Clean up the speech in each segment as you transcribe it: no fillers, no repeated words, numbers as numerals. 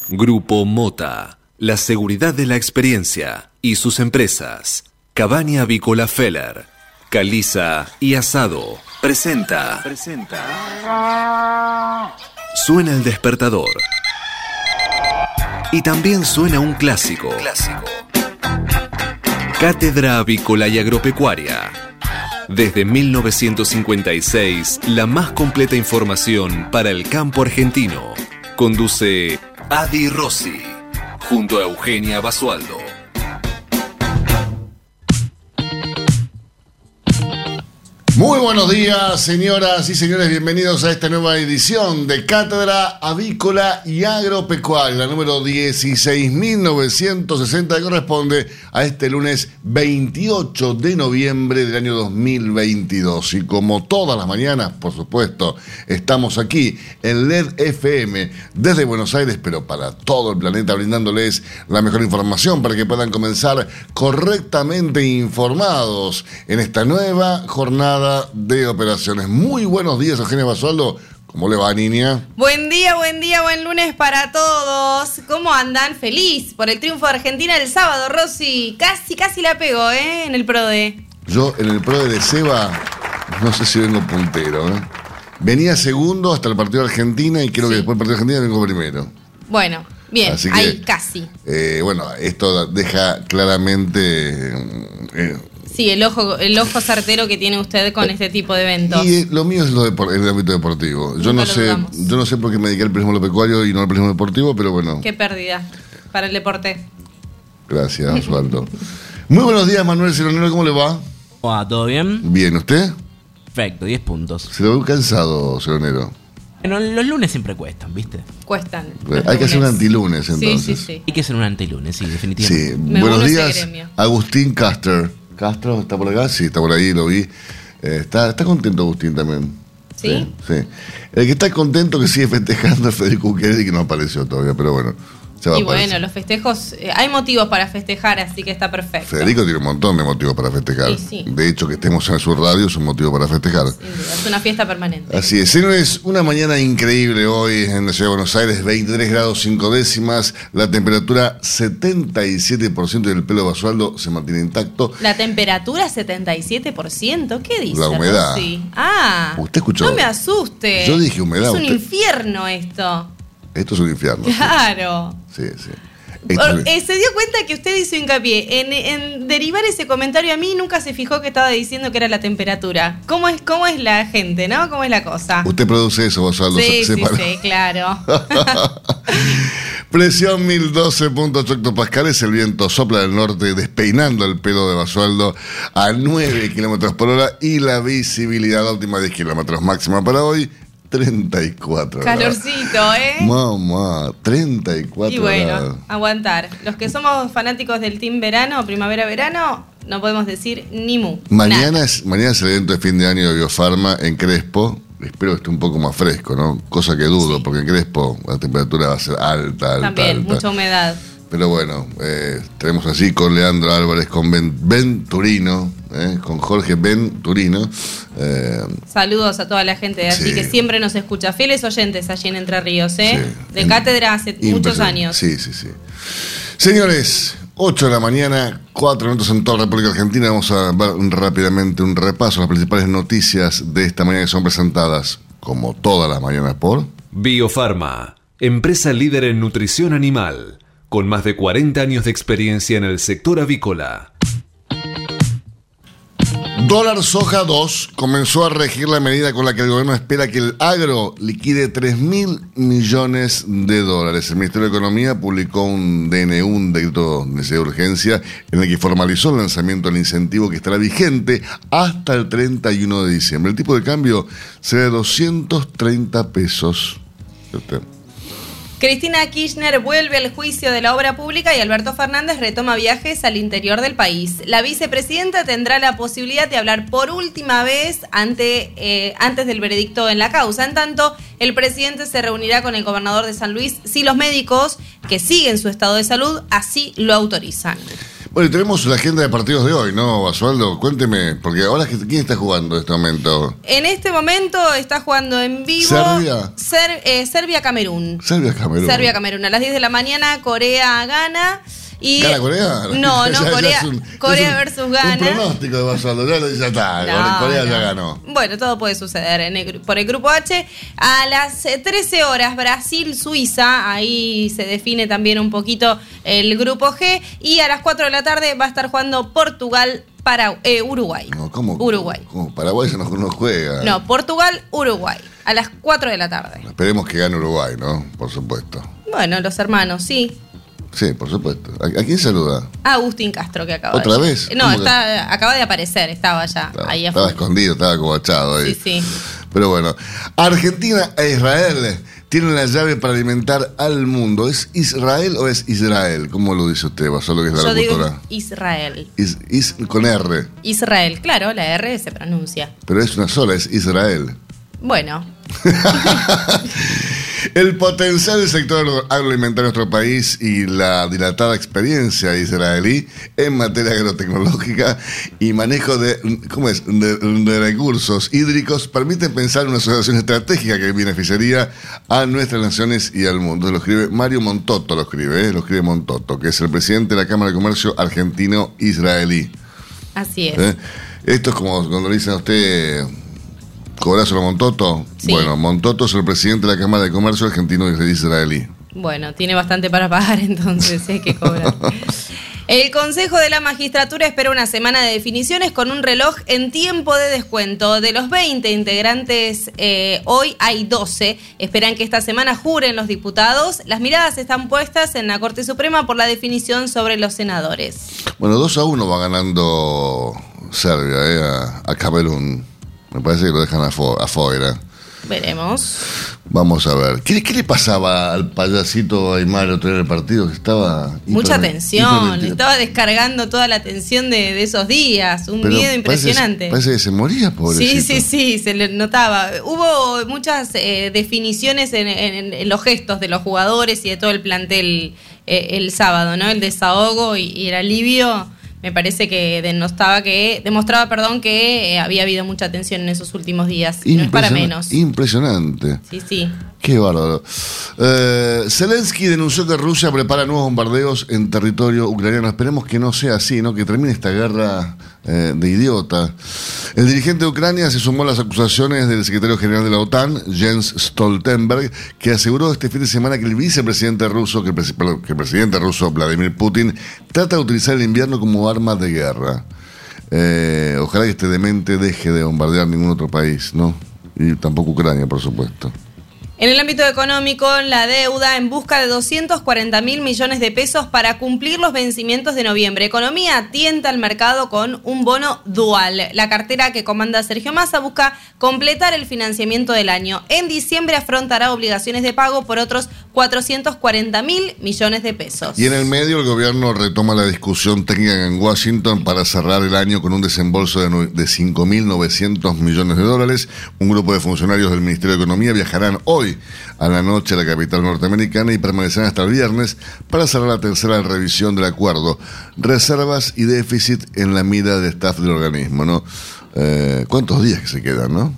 Grupo Mota, la seguridad de la experiencia y sus empresas. Cabaña Avícola Feller, Caliza y Asado presenta. Suena el despertador. Y también suena un clásico. Cátedra Avícola y Agropecuaria. Desde 1956, la más completa información para el campo argentino. Conduce Adi Rossi, junto a Eugenia Basualdo. Muy buenos días, señoras y señores, bienvenidos a esta nueva edición de Cátedra Avícola y Agropecuaria, la número 16.960, que corresponde a este lunes 28 de noviembre del año 2022. Y como todas las mañanas, por supuesto, estamos aquí en LED FM desde Buenos Aires, pero para todo el planeta, brindándoles la mejor información para que puedan comenzar correctamente informados en esta nueva jornada de operaciones. Muy buenos días, Eugenia Basualdo. ¿Cómo le va, niña? Buen día, buen lunes para todos. ¿Cómo andan? Feliz por el triunfo de Argentina el sábado, Rossi. Casi la pegó, en el PRODE. Yo en el PRODE de Seba, no sé si vengo puntero, Venía segundo hasta el partido de Argentina y creo que después del partido de Argentina vengo primero. Bueno, bien, así ahí que, casi. Bueno, esto deja claramente... Sí, el ojo certero que tiene usted con este tipo de eventos. Y lo mío es el ámbito deportivo. Yo no sé por qué me dediqué al periodismo agropecuario y no al periodismo deportivo, pero bueno. Qué pérdida para el deporte. Gracias, Osvaldo. Muy buenos días, Manuel Cironero, ¿cómo le va? Hola, ¿todo bien? Bien, ¿usted? Perfecto, 10 puntos. Se lo veo cansado, Cironero. Bueno, los lunes siempre cuestan, ¿viste? Cuestan. Hay que hacer un antilunes, entonces. Sí. Hay que hacer un antilunes, sí, definitivamente. Sí. Me Buenos uno días, ese gremio. Agustín Castro, ¿está por acá? Sí, está por ahí, lo vi. Está contento Agustín también. ¿Sí? Sí. El que está contento que sigue festejando es Federico Uccherdi, que no apareció todavía, pero bueno. Y bueno, los festejos, hay motivos para festejar, así que está perfecto. Federico tiene un montón de motivos para festejar. Sí. De hecho, que estemos en su radio es un motivo para festejar. Sin duda, es una fiesta permanente. Así es, señores, una mañana increíble hoy en la ciudad de Buenos Aires, 23 grados 5 décimas, la temperatura 77% y el pelo de Basualdo se mantiene intacto. La temperatura 77%, ¿qué dice? La humedad. Rossi? ¿Usted escuchó? No me asuste. Yo dije humedad. Es un infierno esto. Esto es un infierno. Claro. Sí. Se dio cuenta que usted hizo hincapié en derivar ese comentario. A mí nunca se fijó que estaba diciendo que era la temperatura. ¿Cómo es la gente, no? ¿Cómo es la cosa? Usted produce eso, Basualdo. Sí, claro. Presión 1012.8 hectopascales, el viento sopla del norte despeinando el pelo de Basualdo a 9 kilómetros por hora y la visibilidad óptima 10 kilómetros máxima para hoy. 34 Calorcito, Mamá, 34 Y bueno, grados. aguantar. Los que somos fanáticos del team verano, primavera-verano, no podemos decir ni mu. Mañana es el evento de fin de año de Biofarma en Crespo. Espero que esté un poco más fresco, ¿no? Cosa que dudo, Sí. porque en Crespo la temperatura va a ser alta. También, mucha humedad. Pero bueno, tenemos así con Leandro Álvarez, con Ben Turino, con Jorge Ben Turino. Saludos a toda la gente de allí que siempre nos escucha. Fieles oyentes allí en Entre Ríos, de cátedra hace muchos años. Sí. Señores, 8 de la mañana, 4 minutos en toda la República Argentina. Vamos a dar rápidamente un repaso a las principales noticias de esta mañana que son presentadas, como todas las mañanas, por Biofarma, empresa líder en nutrición animal, con más de 40 años de experiencia en el sector avícola. Dólar soja 2 comenzó a regir la medida con la que el gobierno espera que el agro liquide 3.000 millones de dólares. El Ministerio de Economía publicó un DNU, un decreto de necesidad de urgencia, en el que formalizó el lanzamiento del incentivo que estará vigente hasta el 31 de diciembre. El tipo de cambio será de 230 pesos. Cristina Kirchner vuelve al juicio de la obra pública y Alberto Fernández retoma viajes al interior del país. La vicepresidenta tendrá la posibilidad de hablar por última vez antes del veredicto en la causa. En tanto, el presidente se reunirá con el gobernador de San Luis si los médicos que siguen su estado de salud así lo autorizan. Bueno, y tenemos la agenda de partidos de hoy, ¿no, Basualdo? Cuénteme, porque ahora, ¿quién está jugando en este momento? En este momento está jugando en vivo Serbia-Camerún. Serbia-Camerún. Serbia-Camerún. A las 10 de la mañana, Corea gana. ¿Gana Corea? No, Corea versus Ghana. Un pronóstico de Basualdo, ya está, Corea ya ganó. Bueno, todo puede suceder por el grupo H. A las 13 horas, Brasil-Suiza, ahí se define también un poquito el grupo G. Y a las 4 de la tarde va a estar jugando Portugal para Uruguay. No, ¿cómo? Uruguay. ¿Cómo? Paraguay no juega. No, Portugal-Uruguay, a las 4 de la tarde. Esperemos que gane Uruguay, ¿no? Por supuesto. Bueno, los hermanos, sí. Sí, por supuesto. ¿A quién saluda? A Agustín Castro, que acaba ¿Otra de vez? No, acaba de aparecer, estaba ya ahí afuera. Estaba escondido, estaba acobachado ahí. Sí. Pero bueno, Argentina e Israel tienen la llave para alimentar al mundo. ¿Es Israel o es Israel? ¿Cómo lo dice usted? Solo que es la Yo locutora. digo Israel. Con R. Israel, claro, la R se pronuncia. Pero es una sola, es Israel. Bueno. El potencial del sector agroalimentario de nuestro país y la dilatada experiencia israelí en materia agrotecnológica y manejo de recursos hídricos permiten pensar en una asociación estratégica que beneficiaría a nuestras naciones y al mundo. Lo escribe Mario Montoto, lo escribe Montoto, que es el presidente de la Cámara de Comercio argentino-israelí. Así es. Esto es como cuando le dicen a usted... ¿Cobráselo a Montoto? Sí. Bueno, Montoto es el presidente de la Cámara de Comercio argentino-israelí. Bueno, tiene bastante para pagar, entonces hay que cobrar. El Consejo de la Magistratura espera una semana de definiciones con un reloj en tiempo de descuento. De los 20 integrantes, hoy hay 12. Esperan que esta semana juren los diputados. Las miradas están puestas en la Corte Suprema por la definición sobre los senadores. Bueno, 2-1 va ganando Serbia a Camerún. Me parece que lo dejan afuera. Veremos. Vamos a ver. ¿Qué le pasaba al payasito Aymar otro día en el partido? Que estaba... Mucha tensión. Estaba descargando toda la tensión de esos días. Un miedo impresionante. Parece que se moría, pobrecito. Sí, se le notaba. Hubo muchas definiciones en los gestos de los jugadores y de todo el plantel el sábado, ¿no? El desahogo y el alivio. Me parece que demostraba que había habido mucha tensión en esos últimos días. Y no es para menos. Impresionante. Sí. Qué bárbaro. Zelensky denunció que Rusia prepara nuevos bombardeos en territorio ucraniano. Esperemos que no sea así, ¿no? Que termine esta guerra de idiota. El dirigente de Ucrania se sumó a las acusaciones del secretario general de la OTAN, Jens Stoltenberg, que aseguró este fin de semana que el vicepresidente ruso, que el presidente ruso Vladimir Putin, trata de utilizar el invierno como arma de guerra. Ojalá que este demente deje de bombardear ningún otro país, ¿no? Y tampoco Ucrania, por supuesto. En el ámbito económico, la deuda en busca de 240.000 millones de pesos para cumplir los vencimientos de noviembre. Economía tienta al mercado con un bono dual. La cartera que comanda Sergio Massa busca completar el financiamiento del año. En diciembre afrontará obligaciones de pago por otros 440.000 millones de pesos. Y en el medio, el gobierno retoma la discusión técnica en Washington para cerrar el año con un desembolso de 5.900 millones de dólares. Un grupo de funcionarios del Ministerio de Economía viajarán hoy a la noche a la capital norteamericana y permanecerán hasta el viernes para cerrar la tercera revisión del acuerdo. Reservas y déficit en la mira del staff del organismo, ¿no? ¿Cuántos días que se quedan, no?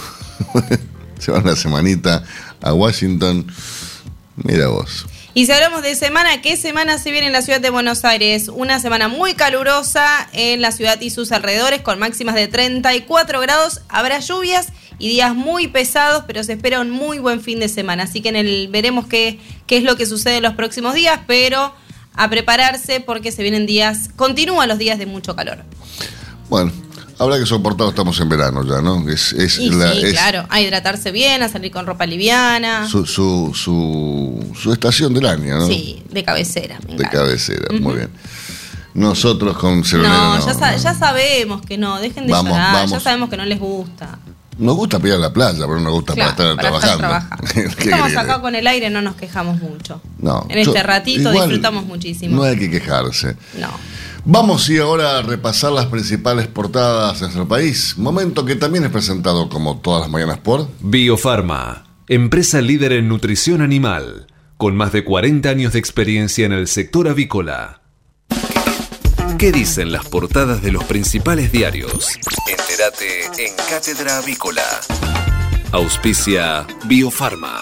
Se van una semanita a Washington. Mira vos. Y si hablamos de semana, ¿qué semana se viene en la ciudad de Buenos Aires? Una semana muy calurosa en la ciudad y sus alrededores, con máximas de 34 grados. Habrá lluvias y días muy pesados, pero se espera un muy buen fin de semana. Así que veremos qué es lo que sucede en los próximos días, pero a prepararse porque se vienen continúan los días de mucho calor. Bueno, habrá que soportarlo, estamos en verano ya, ¿no? Claro, a hidratarse bien, a salir con ropa liviana. Su estación del año, ¿no? Sí, de cabecera. De cabecera, muy bien. Nosotros con Celonero ya sabemos que no, dejen de llorar, ya sabemos que no les gusta. Nos gusta pillar la playa, pero no nos gusta para estar trabajando. Estamos acá con el aire, no nos quejamos mucho. No, en este ratito disfrutamos muchísimo. No hay que quejarse. No. Vamos ahora a repasar las principales portadas de nuestro país. Momento que también es presentado como todas las mañanas por Biofarma, empresa líder en nutrición animal, con más de 40 años de experiencia en el sector avícola. ¿Qué dicen las portadas de los principales diarios? Entérate en Cátedra Avícola. Auspicia Biofarma.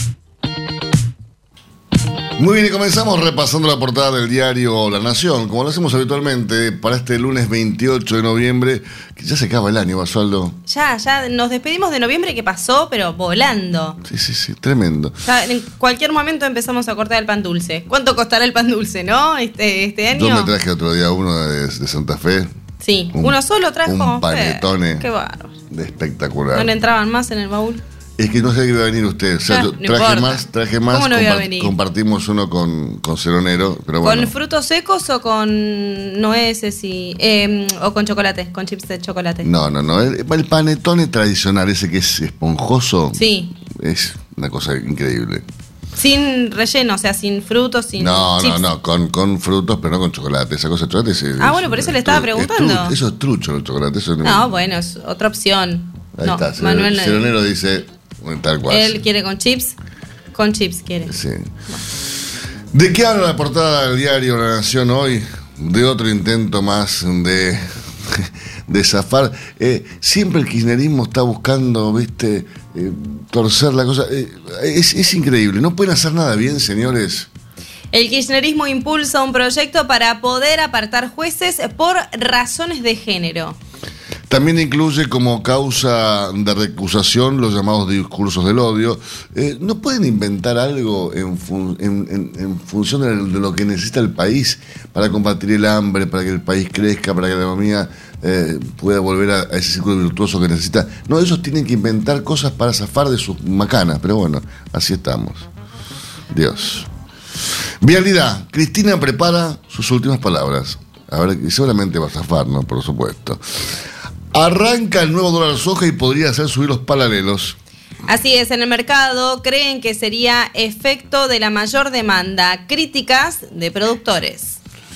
Muy bien, y comenzamos repasando la portada del diario La Nación, como lo hacemos habitualmente para este lunes 28 de noviembre, que ya se acaba el año, Basualdo. Ya nos despedimos de noviembre que pasó, pero volando. Sí, tremendo. Ya en cualquier momento empezamos a cortar el pan dulce. ¿Cuánto costará el pan dulce, no? Este año. Yo me traje otro día uno de Santa Fe. Sí, uno solo trajo. Un panetone. Qué bárbaro. De espectacular. ¿No le entraban más en el baúl? Es que no sé qué iba a venir usted. O sea, No, yo no traje importa. más. ¿Cómo no iba a venir? Compartimos uno con Ceronero, pero bueno. ¿Con frutos secos o con nueces o con chocolate? ¿Con chips de chocolate? No. El panetone tradicional, ese que es esponjoso. Sí. Es una cosa increíble. Sin relleno, o sea, sin frutos, sin chips. No, con frutos, pero no con chocolate. Esa cosa de chocolate bueno, por eso le estaba preguntando. Eso es trucho, el chocolate. Eso No, bueno, es otra opción. Ahí no, está. Manuel Ceronero dice tal cual. Él quiere con chips. Con chips quiere. Sí. ¿De qué habla la portada del diario La Nación hoy? De otro intento más de zafar. Siempre el kirchnerismo está buscando, torcer la cosa. Es increíble. No pueden hacer nada bien, señores. El kirchnerismo impulsa un proyecto para poder apartar jueces por razones de género. También incluye como causa de recusación los llamados discursos del odio. ¿No pueden inventar algo en función de lo que necesita el país para combatir el hambre, para que el país crezca, para que la economía pueda volver a ese círculo virtuoso que necesita? No, ellos tienen que inventar cosas para zafar de sus macanas, pero bueno, así estamos. Dios. Vialidad. Cristina prepara sus últimas palabras. A ver, seguramente va a zafar, ¿no? Por supuesto. Arranca el nuevo dólar soja y podría hacer subir los paralelos. Así es, en el mercado creen que sería efecto de la mayor demanda. Críticas de productores.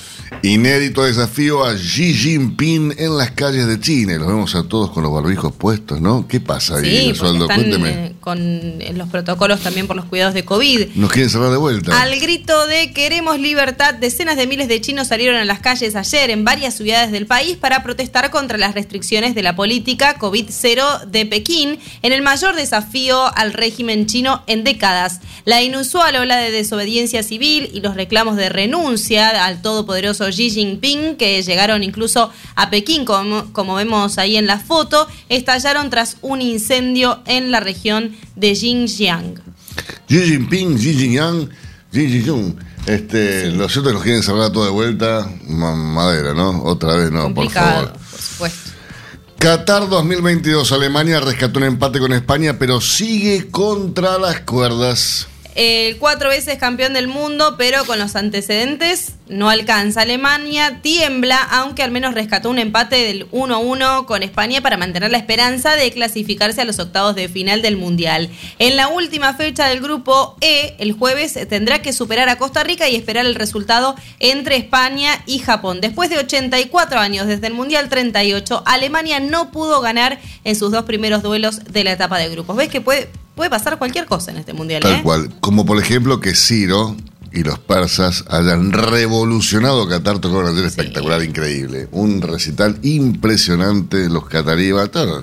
Inédito desafío a Xi Jinping en las calles de China. Los vemos a todos con los barbijos puestos, ¿no? ¿Qué pasa ahí, Basualdo? Cuénteme. Con los protocolos también por los cuidados de COVID. Nos quieren cerrar de vuelta. Al grito de queremos libertad, decenas de miles de chinos salieron a las calles ayer en varias ciudades del país para protestar contra las restricciones de la política COVID-0 de Pekín, en el mayor desafío al régimen chino en décadas. La inusual ola de desobediencia civil y los reclamos de renuncia al todopoderoso Xi Jinping, que llegaron incluso a Pekín, como vemos ahí en la foto, estallaron tras un incendio en la región de Xinjiang. Xi Jinping, Xi Jinping, Xi Jinping. Lo cierto es que nos quieren cerrar todo de vuelta. Madera, ¿no? Otra vez no, complicado, por favor. Por supuesto. Qatar 2022. Alemania rescató un empate con España, pero sigue contra las cuerdas. El 4 veces campeón del mundo, pero con los antecedentes no alcanza. Alemania tiembla, aunque al menos rescató un empate del 1-1 con España para mantener la esperanza de clasificarse a los octavos de final del Mundial. En la última fecha del grupo E, el jueves tendrá que superar a Costa Rica y esperar el resultado entre España y Japón. Después de 84 años desde el Mundial 38, Alemania no pudo ganar en sus dos primeros duelos de la etapa de grupos. ¿Ves que puede pasar cualquier cosa en este mundial? Tal cual. Como por ejemplo que Ciro y los persas hayan revolucionado Qatar, tocó una manera espectacular, increíble. Un recital impresionante, los cataríes.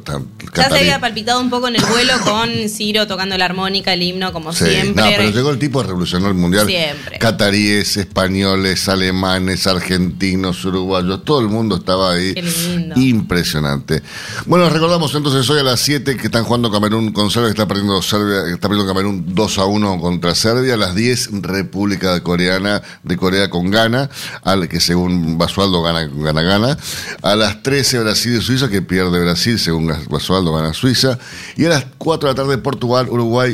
Ya se había palpitado un poco en el vuelo con Ciro tocando la armónica, el himno, como siempre. No, pero llegó el tipo, revolucionó el mundial. Siempre. Cataríes, españoles, alemanes, argentinos, uruguayos, todo el mundo estaba ahí. Qué lindo. Impresionante. Bueno, recordamos entonces hoy a las 7 que están jugando Camerún con Serbia, está perdiendo Camerún 2-1 contra Serbia. A las 10, República de Corea con Ghana, que según Basualdo gana. A las 13, Brasil y Suiza, que pierde Brasil, según Basualdo gana Suiza. Y a las 4 de la tarde, Portugal, Uruguay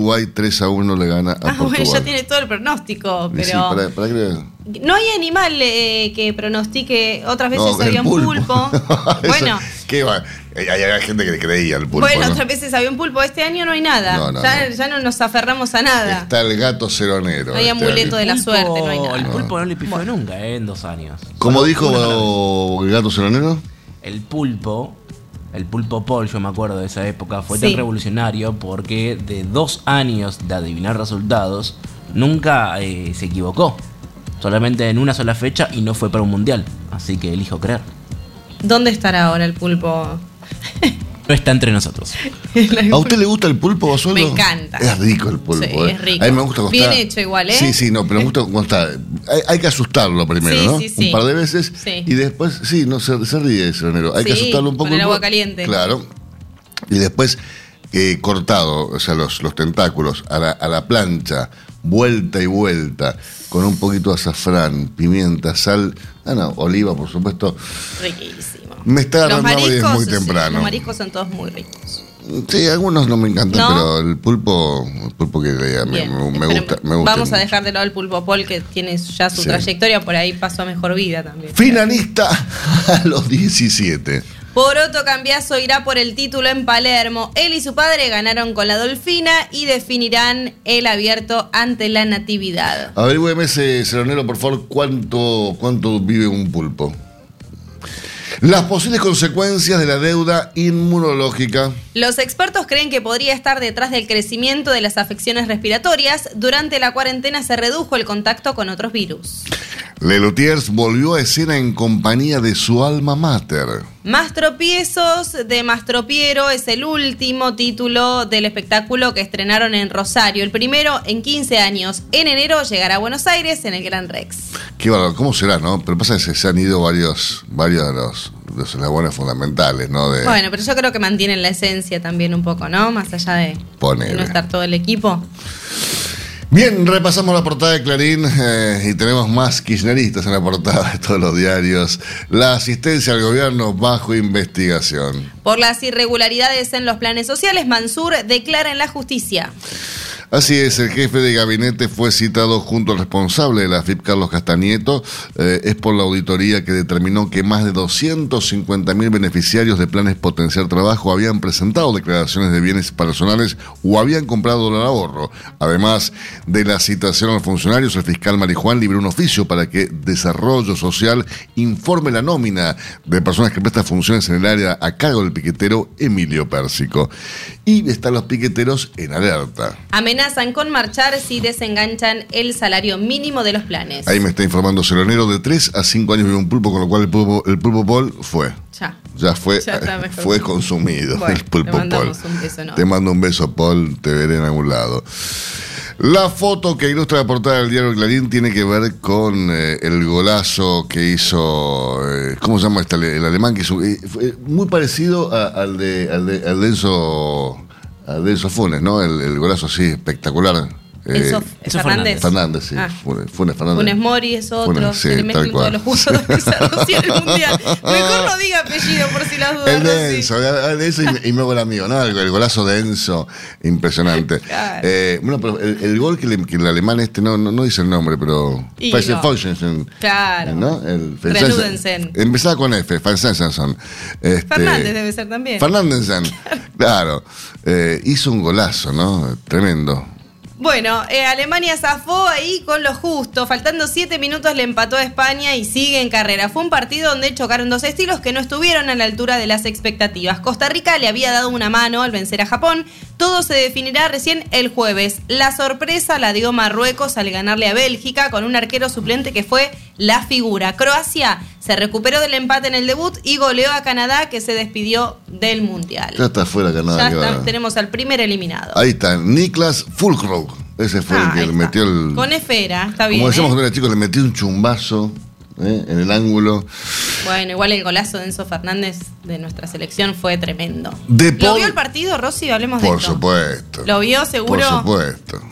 3-1 le gana a Portugal. Bueno, ya tiene todo el pronóstico, pero sí, para que... No hay animal que pronostique. Otras veces había un pulpo. Bueno, ¿qué va? Hay gente que le creía al pulpo. Bueno, ¿no? Otras veces había un pulpo. Este año no hay nada. Ya no nos aferramos a nada. Está el gato ceronero. No hay amuleto de la suerte, no hay nada. El pulpo no le pifó nunca, en 2 años. ¿Cómo dijo el gato ceronero? El pulpo Paul, yo me acuerdo de esa época, fue tan revolucionario porque de 2 años de adivinar resultados, nunca se equivocó. Solamente en una sola fecha y no fue para un mundial. así que elijo creer. ¿Dónde estará ahora el pulpo? No está entre nosotros. ¿A usted le gusta el pulpo, Basualdo? Me encanta. Es rico el pulpo. Sí, es rico. A mí me gusta cómo Bien está. hecho igual, ¿eh? Sí, no, pero me gusta cómo está. Hay que asustarlo primero, Sí, ¿no? sí. Un par de veces. Sí. Y después, no, se ríe ese granero. Hay que asustarlo un poco. Con el agua caliente. Claro. Y después, cortado, o sea, los tentáculos a la plancha, vuelta y vuelta, con un poquito de azafrán, pimienta, sal, oliva, por supuesto. Riquísimo. Me está Los agarrando y es muy sí, temprano. los mariscos son todos muy ricos. Sí, algunos no me encantan, ¿No? pero el pulpo que me gusta. Vamos a dejar de lado el pulpo Paul, que tiene ya su Sí. trayectoria, por ahí pasó a mejor vida también. Finalista a los 17. Poroto Cambiaso irá por el título en Palermo. Él y su padre ganaron con la Dolfina y definirán el abierto ante la Natividad. Averígüeme ese Ceronero, por favor, cuánto vive un pulpo. Las posibles consecuencias de la deuda inmunológica. Los expertos creen que podría estar detrás del crecimiento de las afecciones respiratorias. Durante la cuarentena se redujo el contacto con otros virus. Lelutiers volvió a escena en compañía de su alma mater. Más tropiezos de Mastropiero es el último título del espectáculo que estrenaron en Rosario. El primero en 15 años. En enero llegará a Buenos Aires en el Gran Rex. Qué bárbaro, ¿cómo será, no? Pero pasa que se han ido varios de los eslabones fundamentales, ¿no? Bueno, pero yo creo que mantienen la esencia también un poco, ¿no? Más allá de no estar todo el equipo. Bien, repasamos la portada de Clarín y tenemos más kirchneristas en la portada de todos los diarios. La asistencia al gobierno bajo investigación. Por las irregularidades en los planes sociales, Mansur declara en la justicia. Así es, el jefe de gabinete fue citado junto al responsable de la AFIP, Carlos Castañeto. Es por la auditoría que determinó que más de 250.000 beneficiarios de planes Potenciar Trabajo habían presentado declaraciones de bienes personales o habían comprado dólar ahorro. Además de la citación a los funcionarios, el fiscal Marijuán libró un oficio para que Desarrollo Social informe la nómina de personas que prestan funciones en el área a cargo del piquetero Emilio Pérsico. Y están los piqueteros en alerta. Amenazan con marchar si desenganchan el salario mínimo de los planes. Ahí me está informando Ceronero, de 3 a 5 años vive un pulpo, con lo cual el pulpo Paul fue. Ya fue consumido. Bueno, el pulpo te mandamos Paul. un beso, ¿no? Te mando un beso, Paul, te veré en algún lado. La foto que ilustra la portada del diario Clarín tiene que ver con el golazo que hizo, ¿cómo se llama el alemán que hizo? Muy parecido al de Enzo Funes, ¿no? El golazo así, espectacular. Enzo Fernández. Fernández, sí. Funes Fernández. Funes Mori es otro. Funes, sí, se le mezclan todos los jugadores que se anuncian en el mundial. Mejor no diga apellido por si las dudas. El de Enzo, y me hago el amigo, ¿no? El golazo de Enzo, impresionante. Claro. Bueno, pero el gol que el alemán no dice el nombre, pero. Claro. ¿no? Renudensen. Empezaba con F, Fansensen. Fernández debe ser también. Fernandensen, claro. Hizo un golazo, ¿no? Tremendo. Bueno, Alemania zafó ahí con lo justo. Faltando 7 minutos le empató a España y sigue en carrera. Fue un partido donde chocaron dos estilos que no estuvieron a la altura de las expectativas. Costa Rica le había dado una mano al vencer a Japón. Todo se definirá recién el jueves. La sorpresa la dio Marruecos al ganarle a Bélgica con un arquero suplente que fue la figura. Croacia se recuperó del empate en el debut y goleó a Canadá, que se despidió del Mundial. Ya está fuera Canadá. Tenemos al primer eliminado. Ahí está, Niklas Füllkrug. Ese fue el que le metió el... Con esfera, está bien. Como decíamos cuando era chico, le metió un chumbazo en el ángulo. Bueno, igual el golazo de Enzo Fernández de nuestra selección fue tremendo. ¿Lo vio el partido, Rosy? Hablemos de esto. Por supuesto. ¿Lo vio seguro? Por supuesto.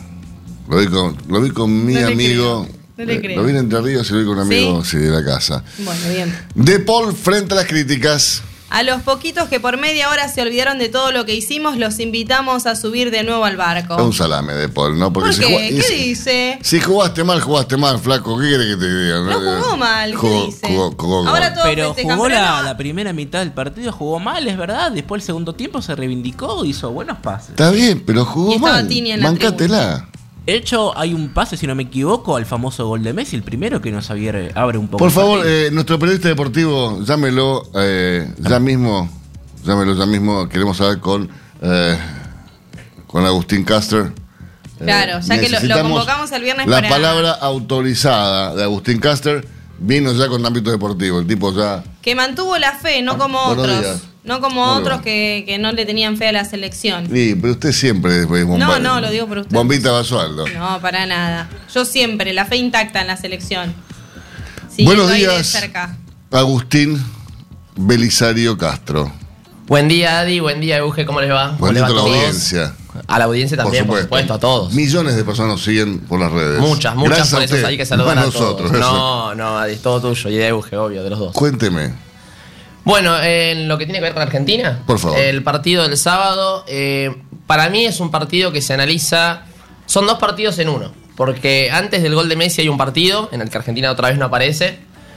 Lo vi con mi amigo. No le creo. Lo vi en Entre Ríos y lo vi con un amigo de la casa. Bueno, bien. De Paul frente a las críticas. A los poquitos que por media hora se olvidaron de todo lo que hicimos, los invitamos a subir de nuevo al barco. Un salame de Paul, ¿no? Porque ¿Por qué? ¿Qué dice? Si jugaste mal, flaco. ¿Qué quiere que te diga? No jugó mal, ¿qué dice? Jugó Ahora todos pero festejan, jugó pero no. la primera mitad del partido, jugó mal, es verdad. Después el segundo tiempo se reivindicó, hizo buenos pases. Está bien, pero jugó Y estaba mal. Tini en la Mancátela. De hecho, hay un pase, si no me equivoco, al famoso gol de Messi, el primero que nos abre un poco. Por favor, nuestro periodista deportivo, llámelo ya mismo. Queremos hablar con Agustín Caster. Claro, ya que lo convocamos el viernes la para... palabra autorizada de Agustín Caster. vino ya con ámbito deportivo, el tipo ya... Que mantuvo la fe, no como Buenos otros. días. No como otros que no le tenían fe a la selección. Sí, pero usted siempre es No, lo digo por usted. Bombita Basualdo. No, para nada. Yo siempre, la fe intacta en la selección. Sí, Buenos ahí de días, cerca. Agustín Belisario Castro. Buen día, Adi. Buen día, Euge. ¿Cómo les va? Buen día ¿Cómo les va a la todos? audiencia. A la audiencia también, por supuesto, a todos. Millones de personas nos siguen por las redes. Muchas, Gracias por a eso usted, hay que saludar no a nosotros. todos. No, Adi, es todo tuyo. Y de Euge, obvio, de los dos. Cuénteme. Bueno, en lo que tiene que ver con Argentina, Por favor. el partido del sábado, para mí es un partido que se analiza, son dos partidos en uno, porque antes del gol de Messi hay un partido en el que Argentina otra vez no aparece.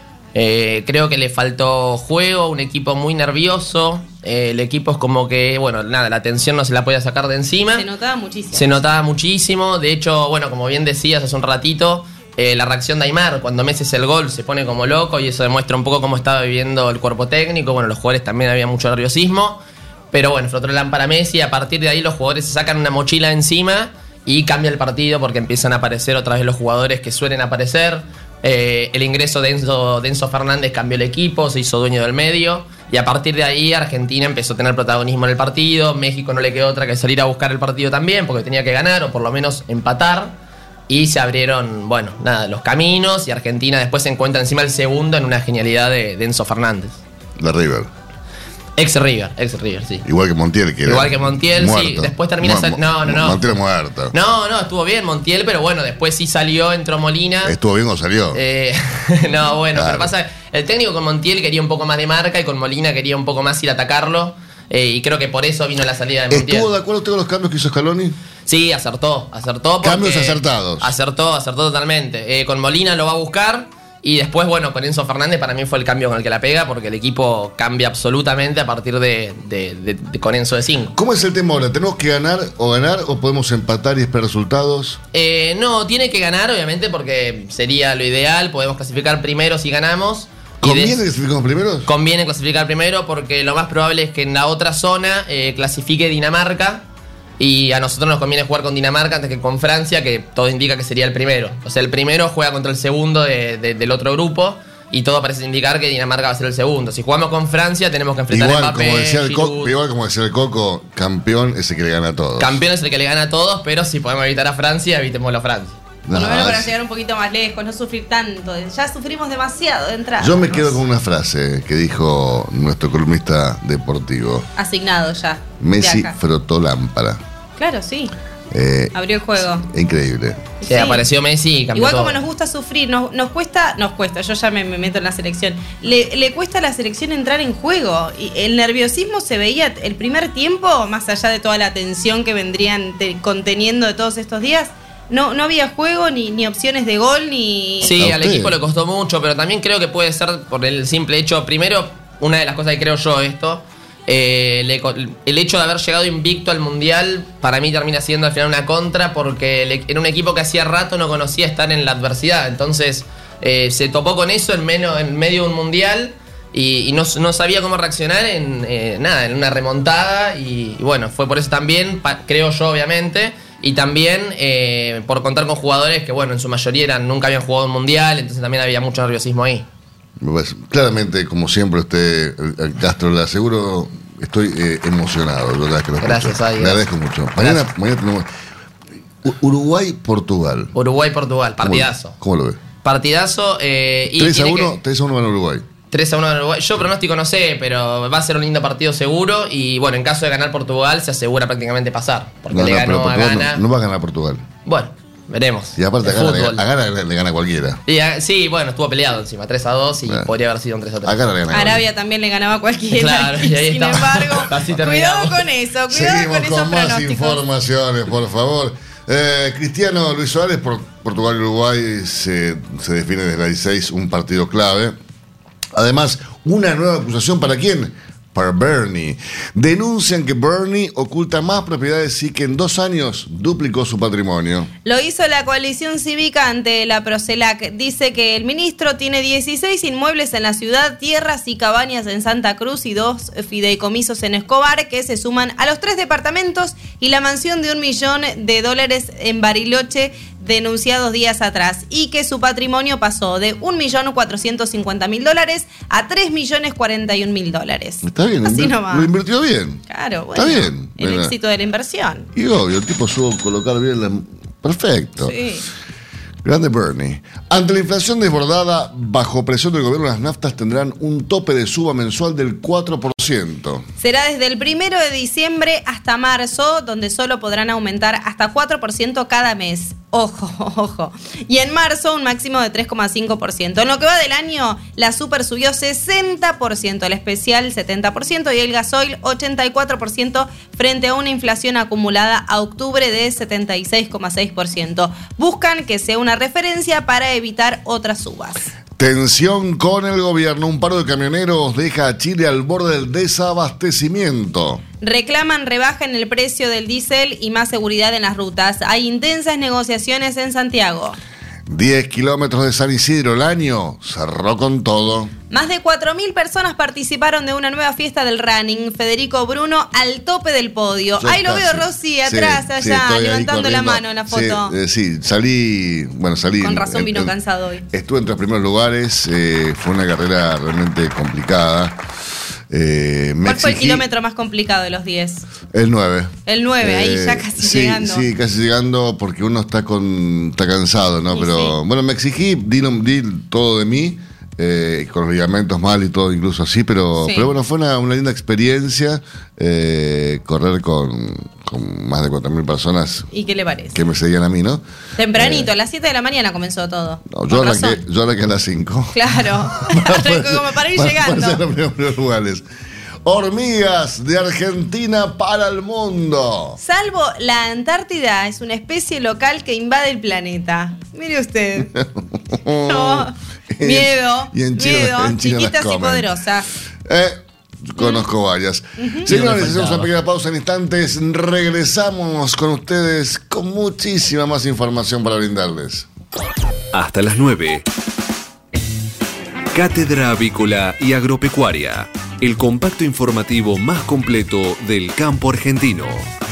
Creo que le faltó juego, un equipo muy nervioso, el equipo es como que, bueno, nada, la tensión no se la podía sacar de encima. Se notaba muchísimo. Se notaba muchísimo, de hecho, bueno, como bien decías hace un ratito, la reacción de Aimar cuando Messi hace el gol se pone como loco y eso demuestra un poco cómo estaba viviendo el cuerpo técnico. Bueno, los jugadores también había mucho nerviosismo, pero bueno, flotó el lámpara Messi y a partir de ahí los jugadores se sacan una mochila encima y cambia el partido porque empiezan a aparecer otra vez los jugadores que suelen aparecer. El ingreso de Enzo Fernández cambió el equipo, se hizo dueño del medio y a partir de ahí Argentina empezó a tener protagonismo en el partido. México no le quedó otra que salir a buscar el partido también porque tenía que ganar o por lo menos empatar. Y se abrieron, bueno, nada, los caminos y Argentina después se encuentra encima el segundo en una genialidad de Enzo Fernández. La River. Ex River, sí. Igual que Montiel, que Igual que Montiel, muerto. sí. Después termina... No. Montiel muerto. No, estuvo bien Montiel, pero bueno, después sí salió, entró Molina. ¿Estuvo bien o salió? No, bueno, Claro. pero pasa... El técnico con Montiel quería un poco más de marca y con Molina quería un poco más ir a atacarlo. Y creo que por eso vino la salida de Montiel. ¿Estuvo de acuerdo usted con los cambios que hizo Scaloni? Sí, acertó. Porque Cambios acertados. Acertó totalmente. Con Molina lo va a buscar y después, bueno, con Enzo Fernández para mí fue el cambio con el que la pega porque el equipo cambia absolutamente a partir de con Enzo de 5. ¿Cómo es el tema ahora? ¿Tenemos que ganar o podemos empatar y esperar resultados? No, tiene que ganar obviamente porque sería lo ideal, podemos clasificar primero si ganamos. ¿Conviene que clasifiquemos primero? Conviene clasificar primero porque lo más probable es que en la otra zona clasifique Dinamarca y a nosotros nos conviene jugar con Dinamarca antes que con Francia, que todo indica que sería el primero. O sea, el primero juega contra el segundo del otro grupo y todo parece indicar que Dinamarca va a ser el segundo. Si jugamos con Francia tenemos que enfrentar a Mbappé, igual como decía el Coco, campeón es el que le gana a todos. Campeón es el que le gana a todos, pero si podemos evitar a Francia, evitémoslo a Francia. Por lo menos para llegar un poquito más lejos, no sufrir tanto. Ya sufrimos demasiado de entrada. Yo me quedo con una frase que dijo nuestro columnista deportivo. Asignado ya. Messi frotó lámpara. Claro, sí. Abrió el juego. Increíble. Sí, apareció Messi y cambió Igual todo. como nos gusta sufrir, nos cuesta, yo ya me meto en la selección, le cuesta a la selección entrar en juego. Y el nerviosismo se veía el primer tiempo, más allá de toda la tensión que vendrían conteniendo de todos estos días. No había juego, ni opciones de gol, ni... Sí, al equipo le costó mucho, pero también creo que puede ser por el simple hecho. Primero, una de las cosas que creo yo el hecho de haber llegado invicto al Mundial para mí termina siendo al final una contra porque era un equipo que hacía rato no conocía estar en la adversidad. Entonces se topó con eso en medio de un Mundial y no sabía cómo reaccionar en una remontada y bueno, fue por eso también, creo yo obviamente. Y también por contar con jugadores que, bueno, en su mayoría nunca habían jugado un mundial, entonces también había mucho nerviosismo ahí. Pues, claramente, como siempre, usted, Castro, le aseguro, estoy emocionado. Gracias, Adi. Le agradezco mucho. Mañana tenemos Uruguay-Portugal. Uruguay-Portugal, partidazo. ¿Cómo lo ve? Partidazo. 3-1 gana Uruguay. 3-1 en Uruguay. Yo pronóstico no sé, pero va a ser un lindo partido seguro. Y bueno, en caso de ganar Portugal, se asegura prácticamente pasar. Porque le ganó a Ghana. No va a ganar Portugal. Bueno, veremos. Y aparte, a Ghana le gana cualquiera. Sí, bueno, estuvo peleado encima, 3-2 y podría haber sido un 3-3. A Ghana le gana Arabia también le ganaba a cualquiera. Claro, y ahí sin está. embargo, Así cuidado con eso, Seguimos con esos con más pronósticos. informaciones, por favor. Cristiano Luis Suárez, Portugal y Uruguay se define desde la 16 un partido clave. Además, una nueva acusación ¿para quién? Para Bernie. Denuncian que Bernie oculta más propiedades y que en 2 años duplicó su patrimonio. Lo hizo la coalición cívica ante la Procelac. Dice que el ministro tiene 16 inmuebles en la ciudad, tierras y cabañas en Santa Cruz y 2 fideicomisos en Escobar, que se suman a los 3 departamentos y la mansión de $1 millón en Bariloche, denunciados días atrás y que su patrimonio pasó de $1.450.000 a $3.041.000. Está bien, así nomás. Lo invirtió bien. Claro, bueno. Está bien. El éxito de la inversión. Y obvio, el tipo supo colocar bien perfecto. Sí. Grande Bernie. Ante la inflación desbordada, bajo presión del gobierno, las naftas tendrán un tope de suba mensual del 4%. Será desde el 1 de diciembre hasta marzo, donde solo podrán aumentar hasta 4% cada mes. Ojo, ojo. Y en marzo un máximo de 3,5%. En lo que va del año, la super subió 60%, el especial 70% y el gasoil 84% frente a una inflación acumulada a octubre de 76,6%. Buscan que sea una referencia para evitar otras subas. Tensión con el gobierno. Un paro de camioneros deja a Chile al borde del desabastecimiento. Reclaman rebaja en el precio del diésel y más seguridad en las rutas. Hay intensas negociaciones en Santiago. 10 kilómetros de San Isidro, el año cerró con todo. Más de 4.000 personas participaron de una nueva fiesta del running. Federico Bruno al tope del podio. Yo Ahí lo casi. veo, Rosy, atrás, Sí, allá, estoy levantando ahí la corriendo. mano en la foto. Sí, salí. Con razón vino cansado hoy. Estuve entre los primeros lugares. Fue una carrera realmente complicada. ¿Cuál fue el kilómetro más complicado de los 10? El 9. El 9, ahí ya casi llegando. Sí, casi llegando porque uno está cansado, ¿no? Sí, pero sí. bueno, me exigí, di todo de mí, con los ligamentos mal y todo, incluso así, pero bueno, fue una linda experiencia correr con más de 4.000 personas. ¿Y qué le parece? Que me seguían a mí, ¿no? Tempranito, a las 7 de la mañana comenzó todo. No, yo arranqué a las 5. Claro, como para ir llegando. Para ser los primeros lugares. Hormigas de Argentina para el mundo. Salvo la Antártida, es una especie local que invade el planeta. Mire usted. No, miedo, Y en China, miedo, en China las chiquitas y comen. poderosas. Conozco varias. Señores, hacemos una pequeña pausa en instantes. Regresamos con ustedes con muchísima más información para brindarles. Hasta las 9. Cátedra Avícola y Agropecuaria. El compacto informativo más completo del campo argentino.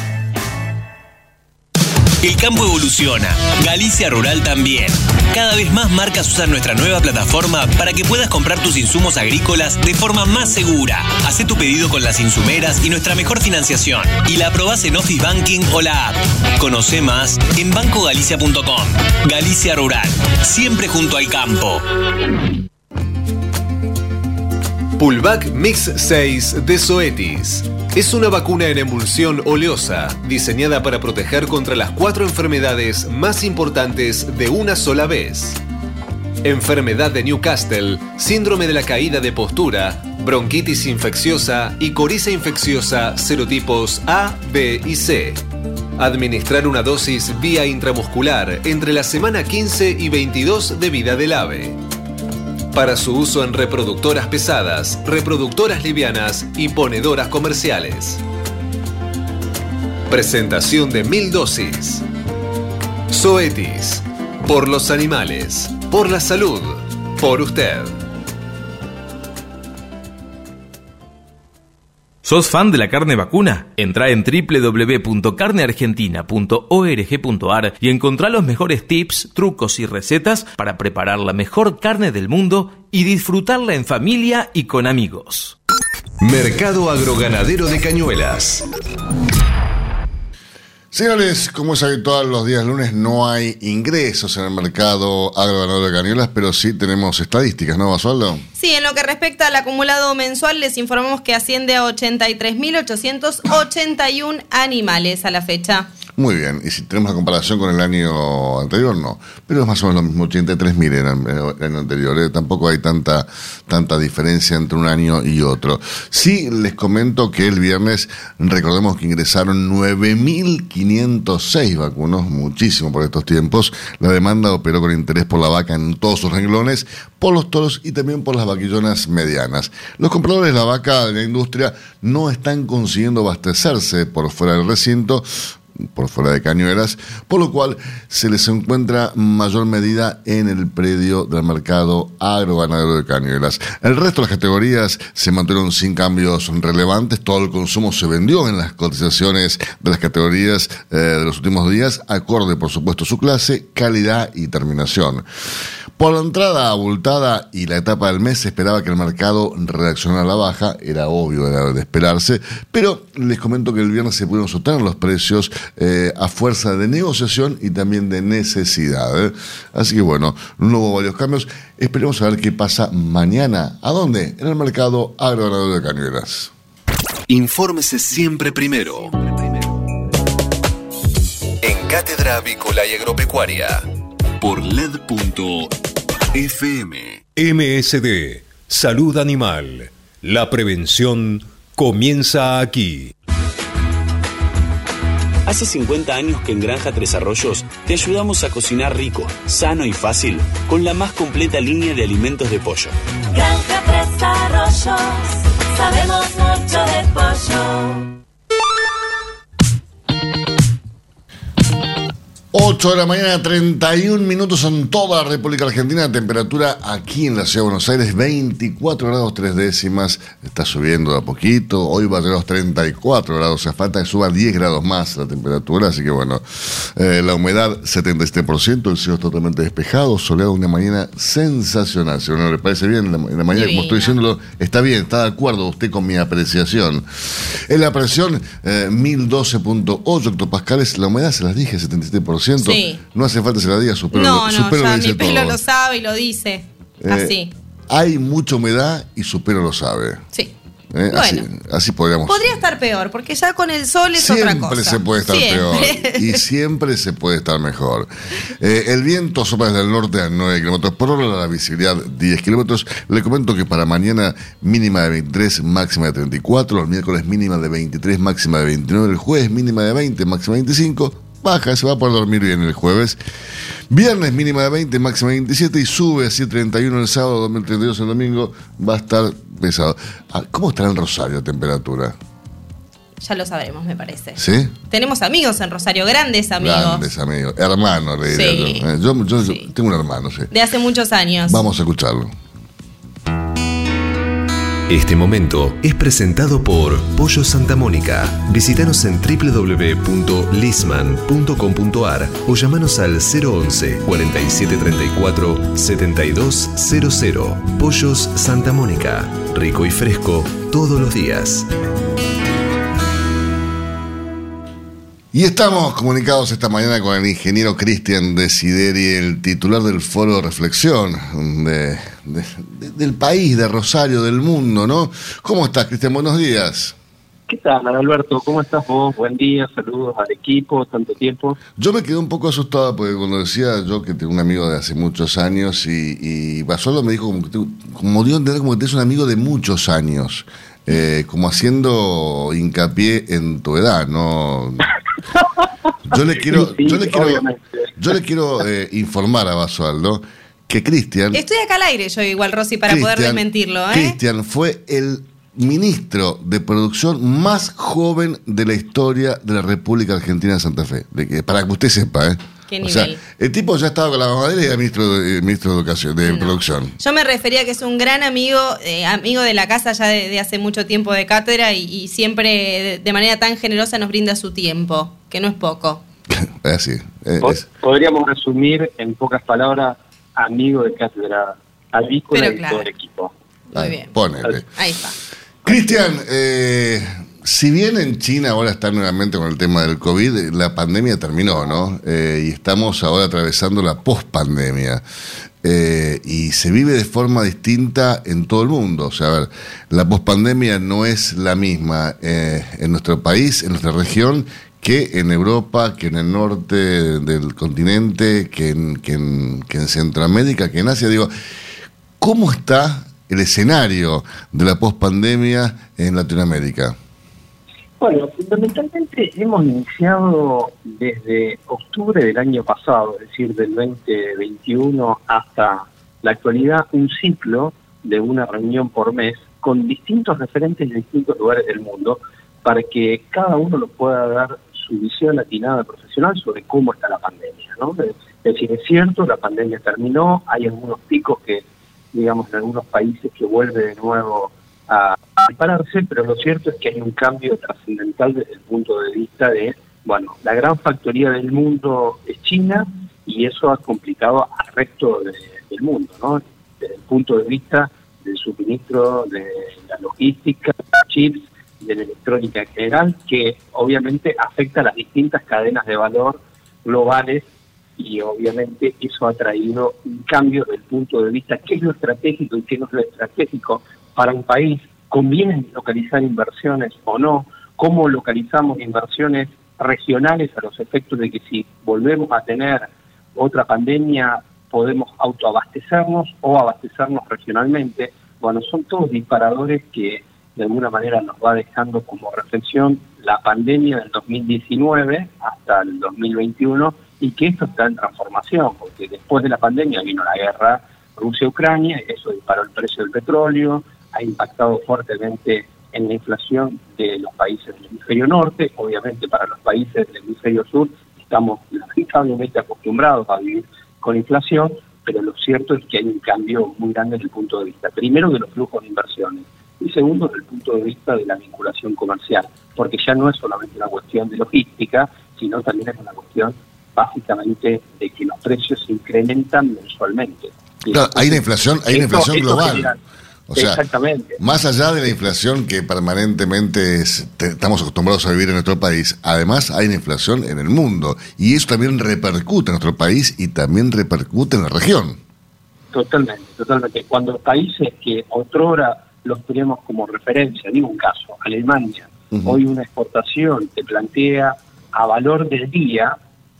El campo evoluciona, Galicia Rural también. Cada vez más marcas usan nuestra nueva plataforma para que puedas comprar tus insumos agrícolas de forma más segura. Hacé tu pedido con las insumeras y nuestra mejor financiación. Y la aprobás en Office Banking o la app. Conoce más en bancogalicia.com. Galicia Rural, siempre junto al campo. Pullback Mix 6 de Zoetis. Es una vacuna en emulsión oleosa, diseñada para proteger contra las 4 enfermedades más importantes de una sola vez. Enfermedad de Newcastle, síndrome de la caída de postura, bronquitis infecciosa y coriza infecciosa serotipos A, B y C. Administrar una dosis vía intramuscular entre la semana 15 y 22 de vida del ave. Para su uso en reproductoras pesadas, reproductoras livianas y ponedoras comerciales. Presentación de 1000 dosis. Zoetis. Por los animales. Por la salud. Por usted. ¿Sos fan de la carne vacuna? Entrá en www.carneargentina.org.ar y encontrá los mejores tips, trucos y recetas para preparar la mejor carne del mundo y disfrutarla en familia y con amigos. Mercado Agroganadero de Cañuelas. Señores, como es habitual, los días lunes no hay ingresos en el mercado agroganadero de Cañuelas, pero sí tenemos estadísticas, ¿no, Basualdo? Sí, en lo que respecta al acumulado mensual, les informamos que asciende a 83.881 animales a la fecha. Muy bien, y si tenemos la comparación con el año anterior, no. Pero es más o menos lo mismo, 83.000 era el año anterior. Tampoco hay tanta diferencia entre un año y otro. Sí, les comento que el viernes, recordemos que ingresaron 9.506 vacunos, muchísimo por estos tiempos. La demanda operó con interés por la vaca en todos sus renglones, por los toros y también por las vaquillonas medianas. Los compradores de la vaca de la industria no están consiguiendo abastecerse por fuera del recinto. por fuera de Cañuelas, por lo cual se les encuentra mayor medida en el predio del mercado agroganadero de Cañuelas. El resto de las categorías se mantuvieron sin cambios relevantes. Todo el consumo se vendió en las cotizaciones de las categorías de los últimos días, acorde por supuesto a su clase, calidad y terminación. Por la entrada abultada y la etapa del mes se esperaba que el mercado reaccionara a la baja, era obvio, era de esperarse, pero les comento que el viernes se pudieron sostener los precios a fuerza de negociación y también de necesidad. Así que bueno, no hubo varios cambios. Esperemos a ver qué pasa mañana. ¿A dónde? En el mercado agroganadero de Cañuelas. Infórmese siempre primero. En Cátedra Avícola y Agropecuaria. Por LED.fm. MSD, Salud Animal. La prevención comienza aquí. Hace 50 años que en Granja Tres Arroyos te ayudamos a cocinar rico, sano y fácil con la más completa línea de alimentos de pollo. Granja Tres Arroyos, sabemos mucho de pollo. 8 de la mañana, 31 minutos en toda la República Argentina. Temperatura aquí en la Ciudad de Buenos Aires, 24 grados 3 décimas. Está subiendo de a poquito. Hoy va a llegar a los 34 grados. O sea, falta que suba 10 grados más la temperatura. Así que bueno, la humedad 77%. El cielo totalmente despejado. Soleado, una mañana sensacional. Si a uno le parece bien, en la mañana, como estoy diciéndolo, está bien, está de acuerdo usted con mi apreciación. En la presión, 1012.8 hectopascales. La humedad, se las dije, 77%. Sí. No hace falta que se la diga, supero ya lo dice mi pelo todo. lo sabe y lo dice. Así. Hay mucha humedad y Supero lo sabe. Sí. Bueno, así podríamos. Podría estar peor, porque ya con el sol es siempre otra cosa. Siempre se puede estar peor y siempre se puede estar mejor. El viento sopla desde el norte a 9 kilómetros por hora, la visibilidad 10 kilómetros. Le comento que para mañana mínima de 23, máxima de 34, el miércoles mínima de 23, máxima de 29, el jueves mínima de 20, máxima de 25. Baja, se va a poder dormir bien el jueves. Viernes mínima de 20, máxima de 27 y sube así 31 el sábado, 2032 el domingo. Va a estar pesado. ¿Cómo estará en Rosario la temperatura? Ya lo sabremos, me parece. ¿Sí? Tenemos amigos en Rosario, grandes amigos. Grandes amigos. Hermanos, le diría yo. Yo tengo un hermano, sí. De hace muchos años. Vamos a escucharlo. Este momento es presentado por Pollo Santa Mónica. Visítanos en www.lisman.com.ar o llamanos al 011 4734 7200. Pollos Santa Mónica. Rico y fresco todos los días. Y estamos comunicados esta mañana con el ingeniero Cristian Desideri, el titular del Foro de Reflexión del país, de Rosario, del mundo, ¿no? ¿Cómo estás, Cristian? Buenos días. ¿Qué tal, Alberto? ¿Cómo estás vos? Buen día, saludos al equipo, tanto tiempo. Yo me quedé un poco asustado porque cuando decía yo que tengo un amigo de hace muchos años y Basolo me dijo como dio a entender como que tenés un amigo de muchos años, como haciendo hincapié en tu edad, ¿no? Yo le quiero informar a Basualdo que Cristian... Estoy acá al aire yo igual, Rosy, para poder desmentirlo. Cristian fue el ministro de producción más joven de la historia de la República Argentina de Santa Fe. Para que usted sepa, ¿Qué nivel? O sea, el tipo ya estaba con la mamadera y era ministro de educación, de producción. Yo me refería a que es un gran amigo, amigo de la casa ya de hace mucho tiempo de cátedra y siempre de manera tan generosa nos brinda su tiempo, que no es poco. Así. Podríamos resumir en pocas palabras, amigo de cátedra avícola y todo el equipo. Muy bien. Ponele. Ahí está. Cristian, si bien en China ahora están nuevamente con el tema del COVID, la pandemia terminó, ¿no? Y estamos ahora atravesando la pospandemia. Y se vive de forma distinta en todo el mundo. O sea, a ver, la pospandemia no es la misma en nuestro país, en nuestra región, que en Europa, que en el norte del continente, que en Centroamérica, que en Asia. Digo, ¿cómo está el escenario de la pospandemia en Latinoamérica? Bueno, fundamentalmente hemos iniciado desde octubre del año pasado, es decir, del 2021 hasta la actualidad, un ciclo de una reunión por mes con distintos referentes de distintos lugares del mundo para que cada uno lo pueda dar su visión atinada profesional sobre cómo está la pandemia, ¿no? Es decir, es cierto, la pandemia terminó, hay algunos picos que, digamos, en algunos países que vuelve de nuevo a dispararse, pero lo cierto es que hay un cambio trascendental desde el punto de vista de, bueno, la gran factoría del mundo es China y eso ha complicado al resto del mundo, ¿no? Desde el punto de vista del suministro, de la logística, de chips, de la electrónica en general, que obviamente afecta a las distintas cadenas de valor globales y obviamente eso ha traído un cambio del punto de vista qué es lo estratégico y qué no es lo estratégico para un país, conviene localizar inversiones o no, cómo localizamos inversiones regionales a los efectos de que si volvemos a tener otra pandemia podemos autoabastecernos o abastecernos regionalmente. Bueno, son todos disparadores que de alguna manera nos va dejando como reflexión la pandemia del 2019 hasta el 2021 y que esto está en transformación, porque después de la pandemia vino la guerra Rusia-Ucrania, eso disparó el precio del petróleo, ha impactado fuertemente en la inflación de los países del hemisferio norte. Obviamente para los países del hemisferio sur estamos lamentablemente acostumbrados a vivir con inflación, pero lo cierto es que hay un cambio muy grande desde el punto de vista, primero, de los flujos de inversiones y segundo, desde el punto de vista de la vinculación comercial, porque ya no es solamente una cuestión de logística, sino también es una cuestión básicamente de que los precios se incrementan mensualmente. Claro, hay una inflación global. Genera, o sea, exactamente. Más allá de la inflación que permanentemente estamos acostumbrados a vivir en nuestro país, además hay una inflación en el mundo y eso también repercute en nuestro país y también repercute en la región. Totalmente. Cuando países que otrora los tenemos como referencia, digo un caso, Alemania, hoy una exportación te plantea a valor del día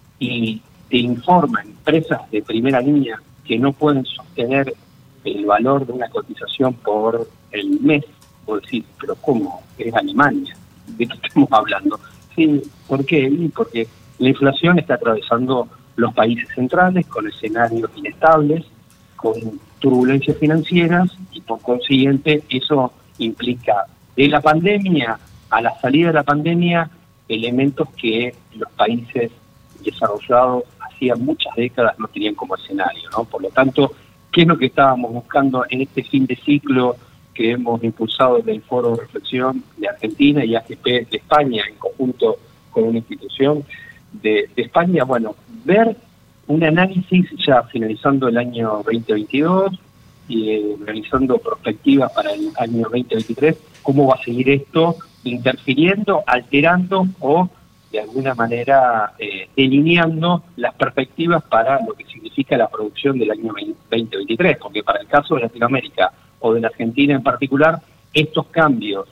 y te informa empresas de primera línea que no pueden sostener el valor de una cotización por el mes. Vos decís, pero ¿cómo? Es Alemania. ¿De qué estamos hablando? Sí, ¿por qué? Porque la inflación está atravesando los países centrales con escenarios inestables, con turbulencias financieras y por consiguiente eso implica de la pandemia a la salida de la pandemia elementos que los países desarrollados hacía muchas décadas no tenían como escenario, ¿no? Por lo tanto, ¿qué es lo que estábamos buscando en este fin de ciclo que hemos impulsado desde el Foro de Reflexión de Argentina y AGP de España en conjunto con una institución de España? Bueno, ver un análisis ya finalizando el año 2022 y realizando perspectivas para el año 2023, cómo va a seguir esto interfiriendo, alterando o de alguna manera delineando las perspectivas para lo que significa la producción del año 2023, porque para el caso de Latinoamérica o de la Argentina en particular, estos cambios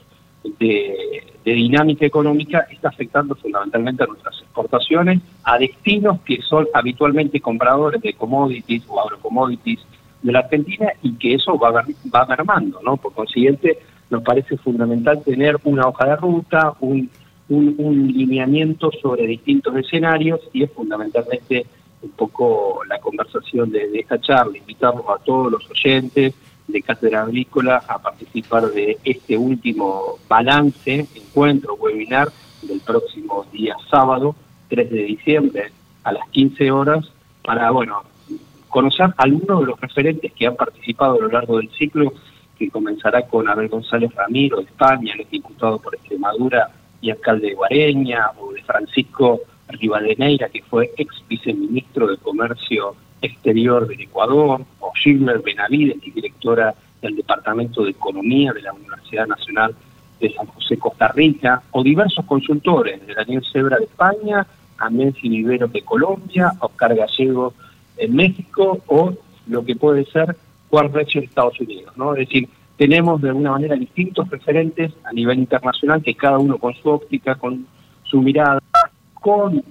de dinámica económica está afectando fundamentalmente a nuestras exportaciones, a destinos que son habitualmente compradores de commodities o agrocommodities de la Argentina y que eso va mermando, ¿no? Por consiguiente, nos parece fundamental tener una hoja de ruta, un lineamiento sobre distintos escenarios y es fundamentalmente un poco la conversación de esta charla, invitarlos a todos los oyentes de Cátedra Agrícola a participar de este último balance, encuentro, webinar del próximo día sábado, 3 de diciembre a las 15 horas, para, bueno, conocer algunos de los referentes que han participado a lo largo del ciclo, que comenzará con Abel González Ramiro de España, el diputado por Extremadura y alcalde de Guareña, o de Francisco Rivadeneira, que fue ex viceministro de Comercio Exterior del Ecuador, o Gilmer Benavides, que es directora del Departamento de Economía de la Universidad Nacional de San José, Costa Rica, o diversos consultores, de Daniel Sebra de España, Amensi Vivero de Colombia, Oscar Gallego en México, o lo que puede ser Juan Recio de Estados Unidos, ¿no? Es decir, tenemos de alguna manera distintos referentes a nivel internacional, que cada uno con su óptica, con su mirada, con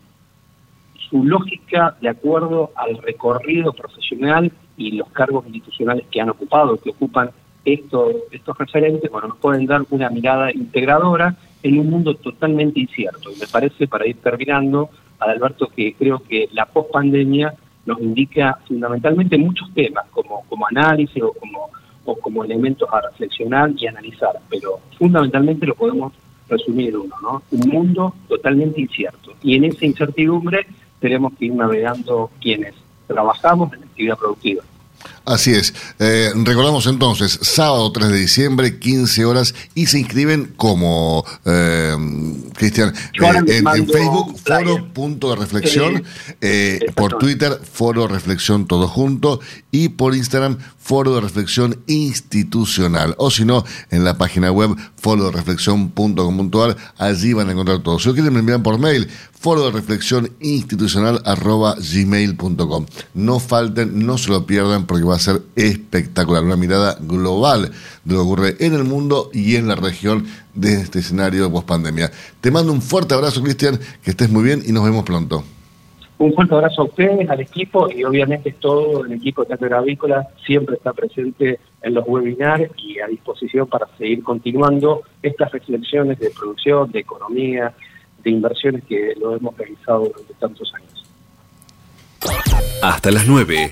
su lógica de acuerdo al recorrido profesional y los cargos institucionales que han ocupado, que ocupan estos referentes, bueno, nos pueden dar una mirada integradora en un mundo totalmente incierto. Y me parece, para ir terminando, Adalberto, que creo que la pospandemia nos indica fundamentalmente muchos temas, como análisis o como elementos a reflexionar y analizar, pero fundamentalmente lo podemos resumir uno, ¿no? Un mundo totalmente incierto. Y en esa incertidumbre tenemos que ir navegando quienes trabajamos en la actividad productiva. Así es. Recordamos entonces, sábado 3 de diciembre, 15 horas, y se inscriben como, Cristian, en Facebook, foro.de-reflexión, por Twitter, Foro Reflexión todo junto, y por Instagram, Foro de Reflexión Institucional, o si no, en la página web forodereflexión.com.ar, allí van a encontrar todo. Si lo quieren, me envían por mail, forodereflexióninstitucional@gmail.com. No falten, no se lo pierdan, porque va a ser espectacular. Una mirada global de lo que ocurre en el mundo y en la región de este escenario de pospandemia. Te mando un fuerte abrazo, Cristian, que estés muy bien y nos vemos pronto. Un fuerte abrazo a ustedes, al equipo, y obviamente todo el equipo de Cátedra Avícola siempre está presente en los webinars y a disposición para seguir continuando estas reflexiones de producción, de economía, de inversiones que lo hemos realizado durante tantos años. Hasta las 9.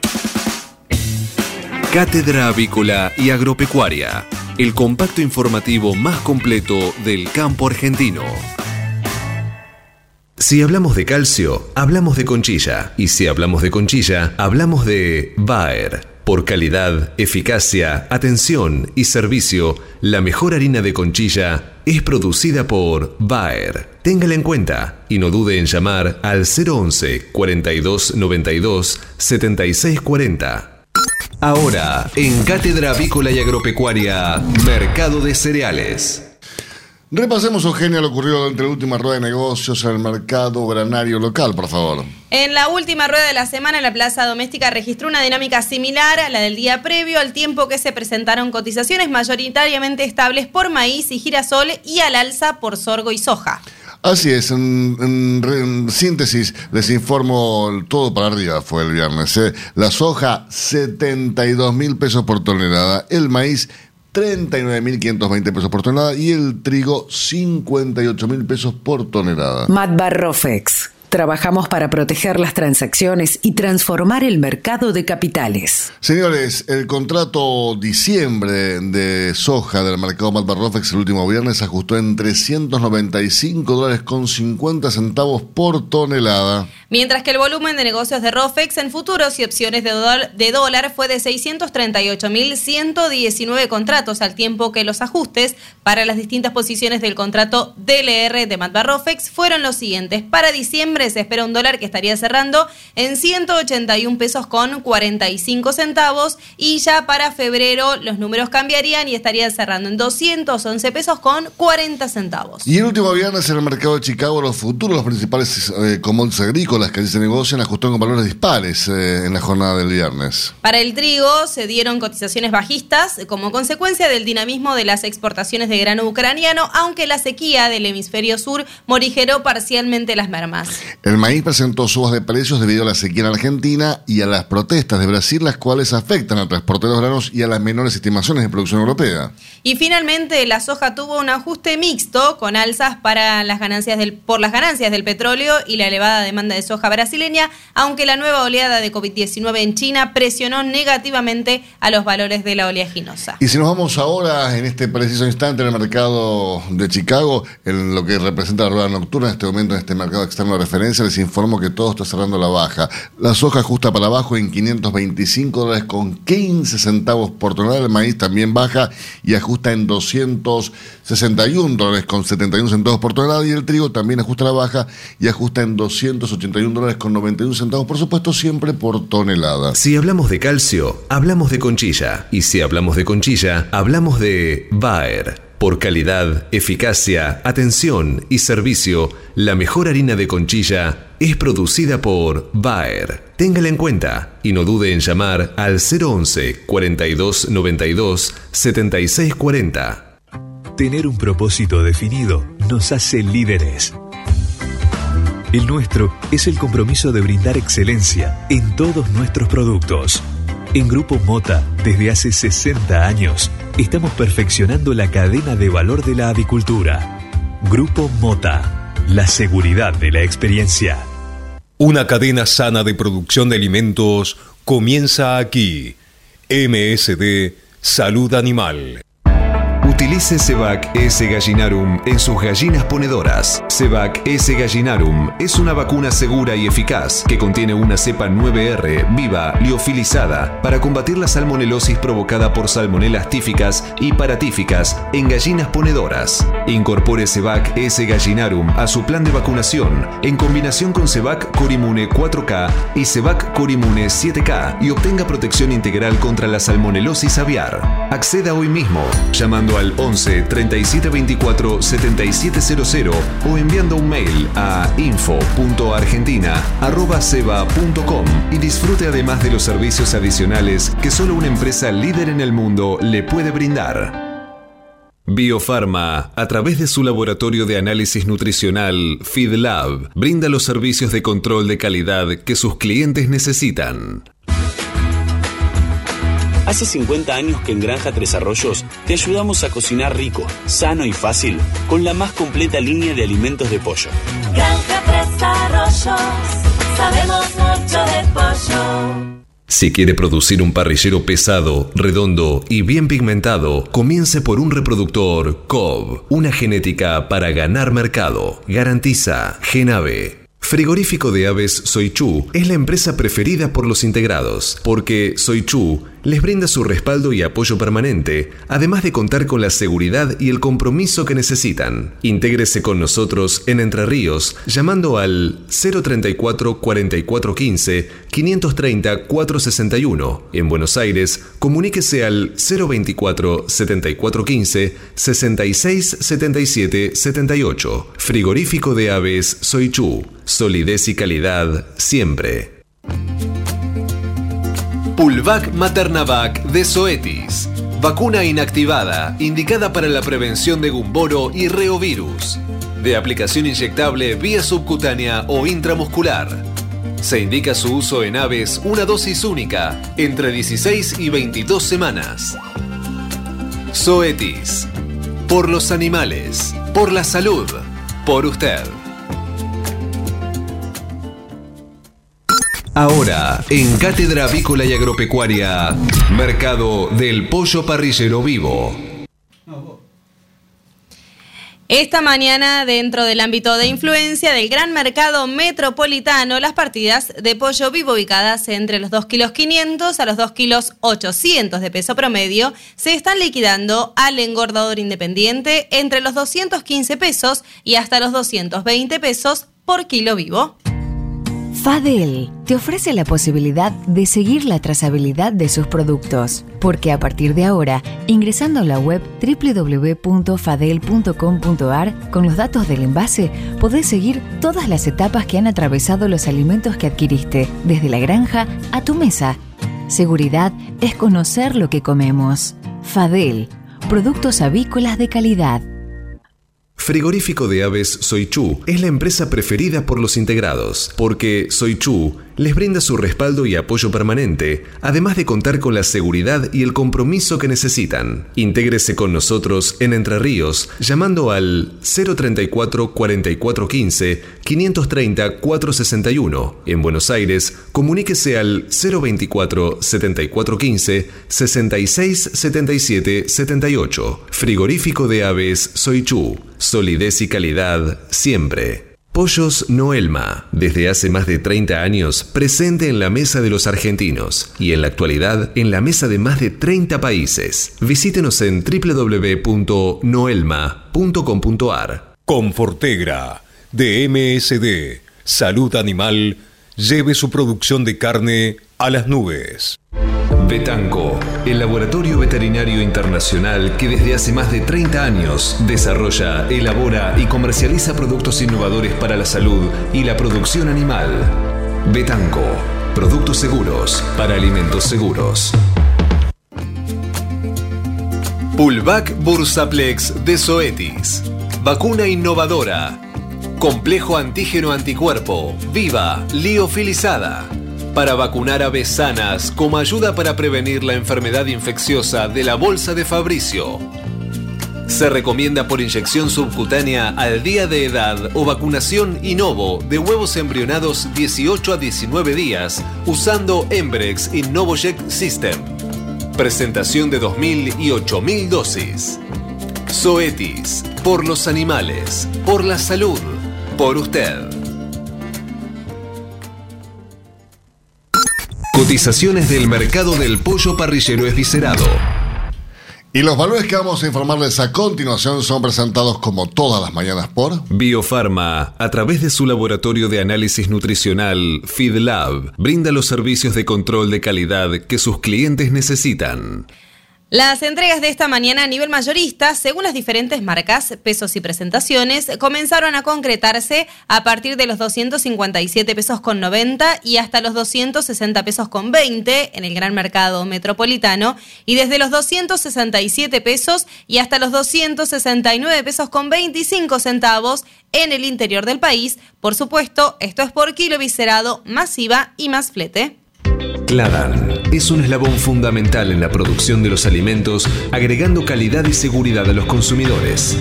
Cátedra Avícola y Agropecuaria, el compacto informativo más completo del campo argentino. Si hablamos de calcio, hablamos de Conchilla. Y si hablamos de Conchilla, hablamos de Bayer. Por calidad, eficacia, atención y servicio, la mejor harina de Conchilla es producida por Bayer. Téngala en cuenta y no dude en llamar al 011 42 92 76 40. Ahora, en Cátedra Avícola y Agropecuaria, Mercado de Cereales. Repasemos, Eugenia, lo ocurrido durante la última rueda de negocios en el mercado granario local, por favor. En la última rueda de la semana, la plaza doméstica registró una dinámica similar a la del día previo, al tiempo que se presentaron cotizaciones mayoritariamente estables por maíz y girasol y al alza por sorgo y soja. Así es, en síntesis les informo, todo para arriba fue el viernes. La soja, 72.000 pesos por tonelada, el maíz 39.520 pesos por tonelada y el trigo 58.000 pesos por tonelada. Matbar Rofex. Trabajamos para proteger las transacciones y transformar el mercado de capitales. Señores, el contrato diciembre de soja del mercado Matbar Rofex el último viernes se ajustó en $395.50 por tonelada. Mientras que el volumen de negocios de Rofex en futuros y opciones de dólar fue de 638.119 contratos, al tiempo que los ajustes para las distintas posiciones del contrato DLR de Matbar Rofex fueron los siguientes. Para diciembre se espera un dólar que estaría cerrando en 181 pesos con 45 centavos y ya para febrero los números cambiarían y estaría cerrando en 211 pesos con 40 centavos. Y el último viernes en el mercado de Chicago, los futuros, los principales commodities agrícolas que allí se negocian, ajustaron con valores dispares en la jornada del viernes. Para el trigo se dieron cotizaciones bajistas como consecuencia del dinamismo de las exportaciones de grano ucraniano, aunque la sequía del hemisferio sur morigeró parcialmente las mermas. El maíz presentó subas de precios debido a la sequía en Argentina y a las protestas de Brasil, las cuales afectan al transporte de los granos y a las menores estimaciones de producción europea. Y finalmente la soja tuvo un ajuste mixto con alzas para por las ganancias del petróleo y la elevada demanda de soja brasileña, aunque la nueva oleada de COVID-19 en China presionó negativamente a los valores de la oleaginosa. Y si nos vamos ahora, en este preciso instante, en el mercado de Chicago, en lo que representa la rueda nocturna en este momento, en este mercado externo de referencia, les informo que todo está cerrando a la baja. La soja ajusta para abajo en $525 con 15 centavos por tonelada. El maíz también baja y ajusta en $261 con 71 centavos por tonelada. Y el trigo también ajusta a la baja y ajusta en $281 con 91 centavos, por supuesto, siempre por tonelada. Si hablamos de calcio, hablamos de Conchilla. Y si hablamos de Conchilla, hablamos de Bayer. Por calidad, eficacia, atención y servicio, la mejor harina de Conchilla es producida por Bayer. Téngala en cuenta y no dude en llamar al 011 42 92 76 40. Tener un propósito definido nos hace líderes. El nuestro es el compromiso de brindar excelencia en todos nuestros productos. En Grupo Mota, desde hace 60 años, estamos perfeccionando la cadena de valor de la avicultura. Grupo Mota, la seguridad de la experiencia. Una cadena sana de producción de alimentos comienza aquí. MSD Salud Animal. Utilice Cebac S. gallinarum en sus gallinas ponedoras. Cebac S. gallinarum es una vacuna segura y eficaz que contiene una cepa 9R viva liofilizada para combatir la salmonelosis provocada por salmonelas tíficas y paratíficas en gallinas ponedoras. Incorpore Cebac S. gallinarum a su plan de vacunación en combinación con Cebac Corimune 4K y Cebac Corimune 7K y obtenga protección integral contra la salmonelosis aviar. Acceda hoy mismo llamando al 11 37 24 7700 o enviando un mail a info.argentina@ceba.com y disfrute además de los servicios adicionales que solo una empresa líder en el mundo le puede brindar. Biofarma, a través de su laboratorio de análisis nutricional FeedLab, brinda los servicios de control de calidad que sus clientes necesitan. Hace 50 años que en Granja Tres Arroyos te ayudamos a cocinar rico, sano y fácil con la más completa línea de alimentos de pollo. Granja Tres Arroyos, sabemos mucho de pollo. Si quiere producir un parrillero pesado, redondo y bien pigmentado, comience por un reproductor Cobb, una genética para ganar mercado. Garantiza Genave. Frigorífico de Aves Soichu es la empresa preferida por los integrados, porque Soichu les brinda su respaldo y apoyo permanente, además de contar con la seguridad y el compromiso que necesitan. Intégrese con nosotros en Entre Ríos llamando al 034 44 15 530 461. En Buenos Aires, comuníquese al 024 74 15 66 77 78. Frigorífico de Aves Soichu. Solidez y calidad siempre. Pulvac Maternavac de Zoetis. Vacuna inactivada, indicada para la prevención de gumboro y reovirus. De aplicación inyectable vía subcutánea o intramuscular. Se indica su uso en aves una dosis única, entre 16 y 22 semanas. Zoetis. Por los animales, por la salud, por usted. Ahora, en Cátedra Avícola y Agropecuaria, Mercado del Pollo Parrillero Vivo. Esta mañana, dentro del ámbito de influencia del gran mercado metropolitano, las partidas de pollo vivo ubicadas entre los 2,5 kilos a los 2,8 kilos de peso promedio se están liquidando al engordador independiente entre los 215 pesos y hasta los 220 pesos por kilo vivo. Fadel te ofrece la posibilidad de seguir la trazabilidad de sus productos, porque a partir de ahora, ingresando a la web www.fadel.com.ar con los datos del envase, podés seguir todas las etapas que han atravesado los alimentos que adquiriste, desde la granja a tu mesa. Seguridad es conocer lo que comemos. Fadel, productos avícolas de calidad. Frigorífico de Aves Soichu es la empresa preferida por los integrados, porque Soichu les brinda su respaldo y apoyo permanente, además de contar con la seguridad y el compromiso que necesitan. Intégrese con nosotros en Entre Ríos llamando al 034 44 15 530 461. En Buenos Aires, comuníquese al 024 74 15 66 77 78. Frigorífico de Aves Soichu. Solidez y calidad siempre. Pollos Noelma, desde hace más de 30 años presente en la mesa de los argentinos y en la actualidad en la mesa de más de 30 países. Visítenos en www.noelma.com.ar. Confortegra, de MSD, Salud Animal, lleve su producción de carne a las nubes. Betanco, el laboratorio veterinario internacional que desde hace más de 30 años desarrolla, elabora y comercializa productos innovadores para la salud y la producción animal. Betanco, productos seguros para alimentos seguros. Pulvac Bursaplex de Zoetis, vacuna innovadora, complejo antígeno anticuerpo, viva, liofilizada. Para vacunar aves sanas como ayuda para prevenir la enfermedad infecciosa de la bolsa de Fabricio. Se recomienda por inyección subcutánea al día de edad o vacunación Innovo de huevos embrionados 18 a 19 días usando Embrex Innovoject System. Presentación de 2.000 y 8.000 dosis. Zoetis, por los animales, por la salud, por usted. Cotizaciones del mercado del pollo parrillero esviscerado. Y los valores que vamos a informarles a continuación son presentados como todas las mañanas por Biofarma, a través de su laboratorio de análisis nutricional FeedLab, brinda los servicios de control de calidad que sus clientes necesitan. Las entregas de esta mañana a nivel mayorista, según las diferentes marcas, pesos y presentaciones, comenzaron a concretarse a partir de los 257 pesos con 90 y hasta los 260 pesos con 20 en el gran mercado metropolitano, y desde los 267 pesos y hasta los 269 pesos con 25 centavos en el interior del país. Por supuesto, esto es por kilo viscerado, más IVA y más flete. Cladan es un eslabón fundamental en la producción de los alimentos, agregando calidad y seguridad a los consumidores.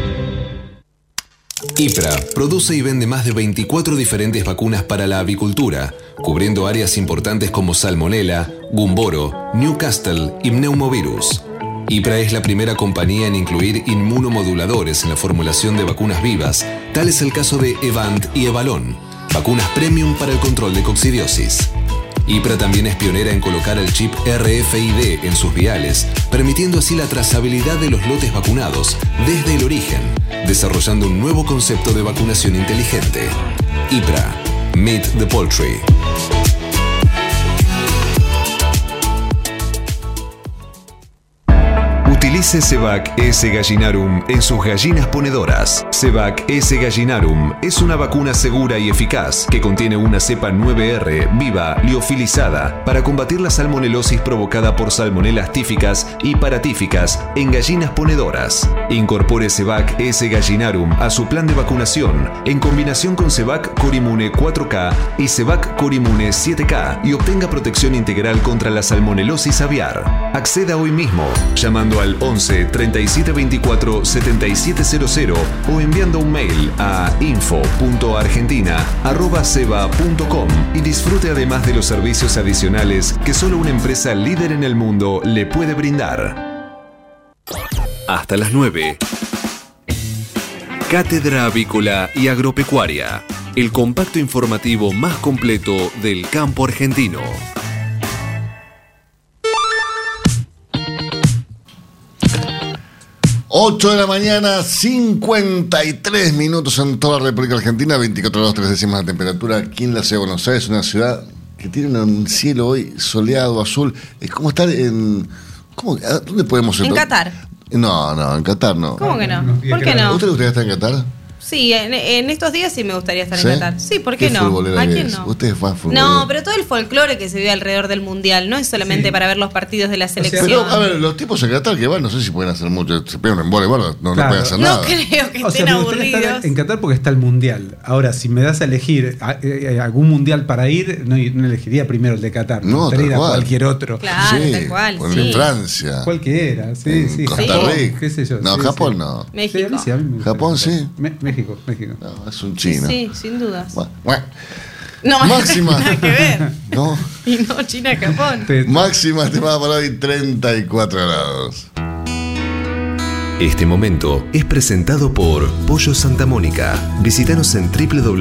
IPRA produce y vende más de 24 diferentes vacunas para la avicultura, cubriendo áreas importantes como Salmonella, Gumboro, Newcastle y Pneumovirus. IPRA es la primera compañía en incluir inmunomoduladores en la formulación de vacunas vivas, tal es el caso de Evant y Evalon, vacunas premium para el control de coccidiosis. IPRA también es pionera en colocar el chip RFID en sus viales, permitiendo así la trazabilidad de los lotes vacunados desde el origen, desarrollando un nuevo concepto de vacunación inteligente. IPRA, Meet the Poultry. Utilice Cebac S. gallinarum en sus gallinas ponedoras. Cebac S. gallinarum es una vacuna segura y eficaz que contiene una cepa 9R viva liofilizada para combatir la salmonelosis provocada por salmonelas tíficas y paratíficas en gallinas ponedoras. Incorpore Cebac S. gallinarum a su plan de vacunación en combinación con Cebac Corimune 4K y Cebac Corimune 7K y obtenga protección integral contra la salmonelosis aviar. Acceda hoy mismo llamando al 11 37 24 7700 o enviando un mail a info.argentina@ceba.com y disfrute además de los servicios adicionales que solo una empresa líder en el mundo le puede brindar. Hasta las 9. Cátedra Avícola y Agropecuaria, el compacto informativo más completo del campo argentino. 8 de la mañana, 53 minutos en toda la República Argentina, 24 grados 3 décimas de temperatura aquí en la ciudad de Buenos Aires, una ciudad que tiene un cielo hoy soleado, azul. Es como estar en... ¿Dónde podemos ir? En Qatar. No, en Qatar no. ¿Cómo que no? ¿Por qué no? ¿Usted le gustaría estar en Qatar? Sí, en estos días sí me gustaría estar ¿Sí? en Qatar. Sí, ¿por qué no? ¿A quién no? Usted es más futbolera. No, pero todo el folclore que se vive alrededor del Mundial no es solamente para ver los partidos de la selección. Pero, a ver, los tipos en Qatar que van, no sé si pueden hacer mucho. Se pegan en bola, no pueden hacer nada. No creo que estén aburridos. Estar en Qatar porque está el Mundial. Ahora, si me das a elegir algún Mundial para ir, no elegiría primero el de Qatar. No, tal cual. A cualquier otro. Claro, sí, tal cual. En Francia. Cualquiera, sí. Costa Rica. ¿Qué sé yo? No, sí, Japón sí. no. México. Sí, a mí me gusta Japón sí. México. No, es un chino. Sí, sin dudas. Bueno. No, Máxima. nada que ver. No. Y no, China, Japón. Máxima estimada para hoy, 34 grados. Este momento es presentado por Pollo Santa Mónica. Visítanos en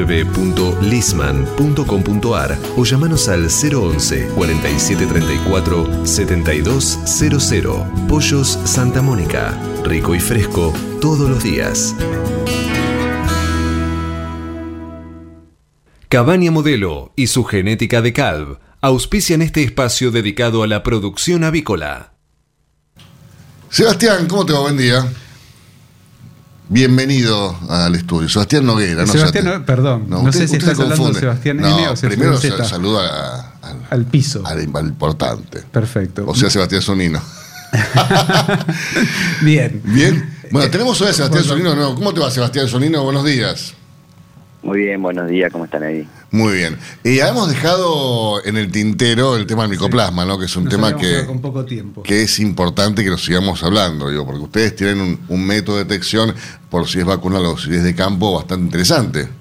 www.lisman.com.ar o llamanos al 011 4734 7200. Pollos Santa Mónica. Rico y fresco todos los días. Cabaña Modelo y su genética de Calv auspician este espacio dedicado a la producción avícola. Sebastián, ¿cómo te va? Buen día. Bienvenido al estudio. Sebastián Noguera. Sebastián, perdón. No sé si estás hablando de Sebastián N o Sebastián primero Z. Saluda al piso. Al importante. Perfecto. O sea, Sebastián Sonino. Bien. Bueno, tenemos hoy a Sebastián Sonino. No, ¿cómo te va, Sebastián Sonino? Buenos días. Muy bien, buenos días, ¿cómo están ahí? Muy bien. Hemos dejado en el tintero el tema del micoplasma, ¿no? Que es un tema con poco tiempo. Que es importante que lo sigamos hablando, digo, porque ustedes tienen un método de detección, por si es vacunal o si es de campo, bastante interesante.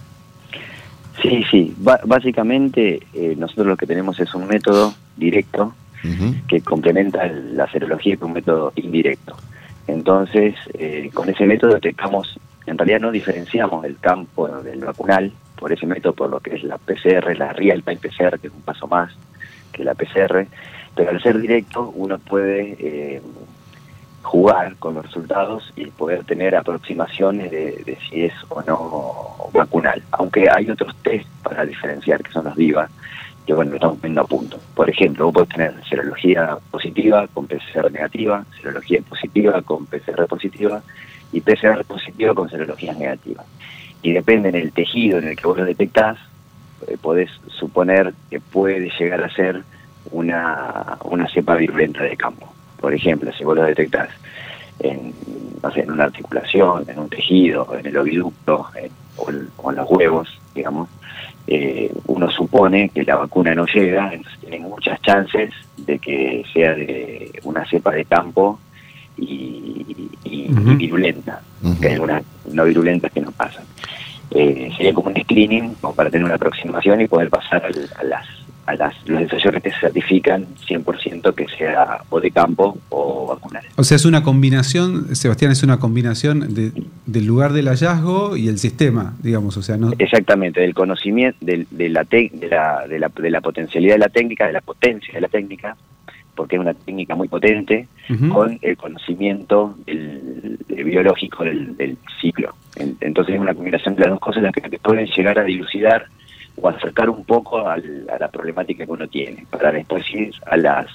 Sí. Básicamente, nosotros lo que tenemos es un método directo que complementa la serología con un método indirecto. Entonces, con ese método detectamos, en realidad no diferenciamos el campo del vacunal por ese método, por lo que es la PCR, la Real-Time PCR, que es un paso más que la PCR, pero al ser directo uno puede jugar con los resultados y poder tener aproximaciones de si es o no vacunal, aunque hay otros test para diferenciar, que son los DIVA, que bueno, estamos poniendo a punto. Por ejemplo, vos podés tener serología positiva con PCR negativa, serología positiva con PCR positiva y PCR positiva con serologías negativas. Y depende en el tejido en el que vos lo detectás, podés suponer que puede llegar a ser una cepa virulenta de campo. Por ejemplo, si vos lo detectás en una articulación, en un tejido, en el oviducto, o en los huevos, digamos, uno supone que la vacuna no llega, entonces tiene muchas chances de que sea de una cepa de campo y virulenta, que hay algunas no virulentas que no pasan. Sería como un screening, como para tener una aproximación y poder pasar los ensayos que te certifican 100% que sea o de campo o vacunal. O sea, es una combinación, Sebastián, es una combinación del lugar del hallazgo y el sistema, digamos, o sea, no. Exactamente, del conocimiento, de la potencialidad de la técnica, de la potencia de la técnica, porque es una técnica muy potente, con el conocimiento biológico del ciclo. Entonces es una combinación de las dos cosas las que te pueden llegar a dilucidar o acercar un poco a la problemática que uno tiene, para después ir a las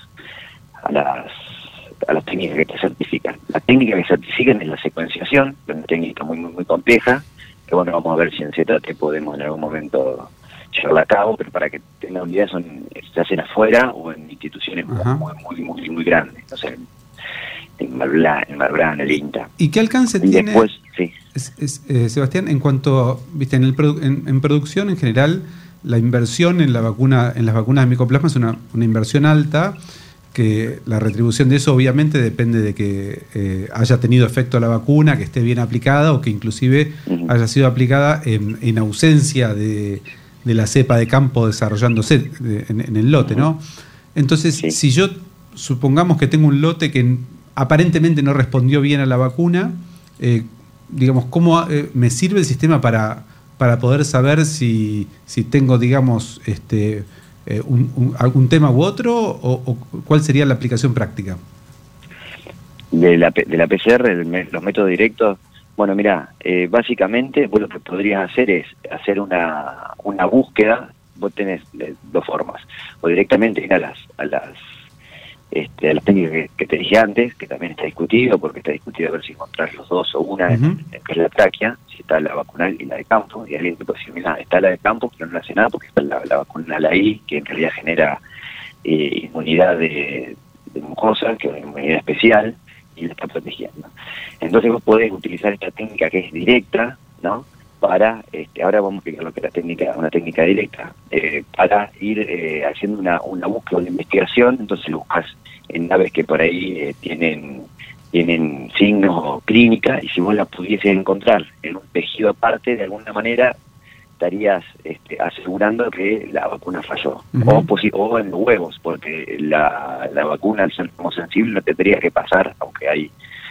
técnicas que te certifican. La técnica que certifican es la secuenciación, que es una técnica muy, muy, muy compleja, que bueno, vamos a ver si en ZT podemos en algún momento llevarla a cabo, pero para que tengan una idea, se hacen afuera o en instituciones muy grandes, no sé, en Malbrán, el INTA. ¿Y qué alcance tiene? Después, sí. Sebastián, en cuanto, viste, en producción en general, la inversión en las vacunas de micoplasma es una inversión alta, que la retribución de eso obviamente depende de que haya tenido efecto la vacuna, que esté bien aplicada o que inclusive haya sido aplicada en ausencia de la cepa de campo desarrollándose en el lote, ¿no? Entonces, si yo supongamos que tengo un lote que aparentemente no respondió bien a la vacuna, digamos, ¿cómo me sirve el sistema para poder saber si tengo, digamos, algún tema u otro, o cuál sería la aplicación práctica? De la PCR, los métodos directos, bueno, mira, básicamente vos lo que podrías hacer es hacer una búsqueda. Vos tenés dos formas: o directamente ir a las técnicas que te dije antes, que también está discutido, porque está discutido a ver si encontrar los dos o una, que es la tráquea, si está la vacunal y la de campo, y alguien te puede decir, mira, está la de campo, pero no hace nada porque está la vacunal ahí, que en realidad genera inmunidad de mucosa, que es una inmunidad especial, y la está protegiendo. Entonces vos podés utilizar esta técnica que es directa, ¿no? Para, ahora vamos a explicar lo que es una técnica directa, para ir haciendo una búsqueda de investigación. Entonces lo buscas en naves que por ahí tienen signos o clínica, y si vos la pudieses encontrar en un tejido aparte, de alguna manera estarías asegurando que la vacuna falló, o en los huevos, porque la vacuna, al ser como sensible, no tendría que pasar, aunque hay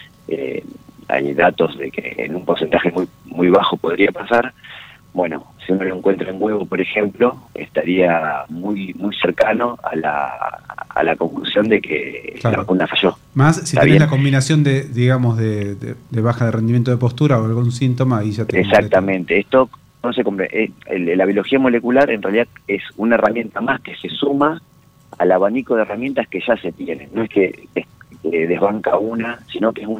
datos de que en un porcentaje muy, muy bajo podría pasar. Bueno, si uno lo encuentra en huevo, por ejemplo, estaría muy muy cercano a la conclusión de que la vacuna falló. Más si tenés la combinación de baja de rendimiento de postura o algún síntoma, ahí ya te exactamente. Esto no se la biología molecular en realidad es una herramienta más que se suma al abanico de herramientas que ya se tienen. No es que desbanca una, sino que es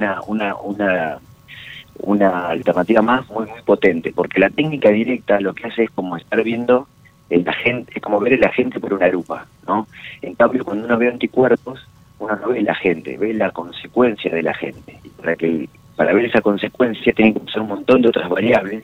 una alternativa más muy muy potente, porque la técnica directa lo que hace es como estar viendo el agente, es como ver el agente por una lupa, ¿no? En cambio, cuando uno ve anticuerpos, uno no ve el agente, ve la consecuencia del agente. Y para ver esa consecuencia tienen que usar un montón de otras variables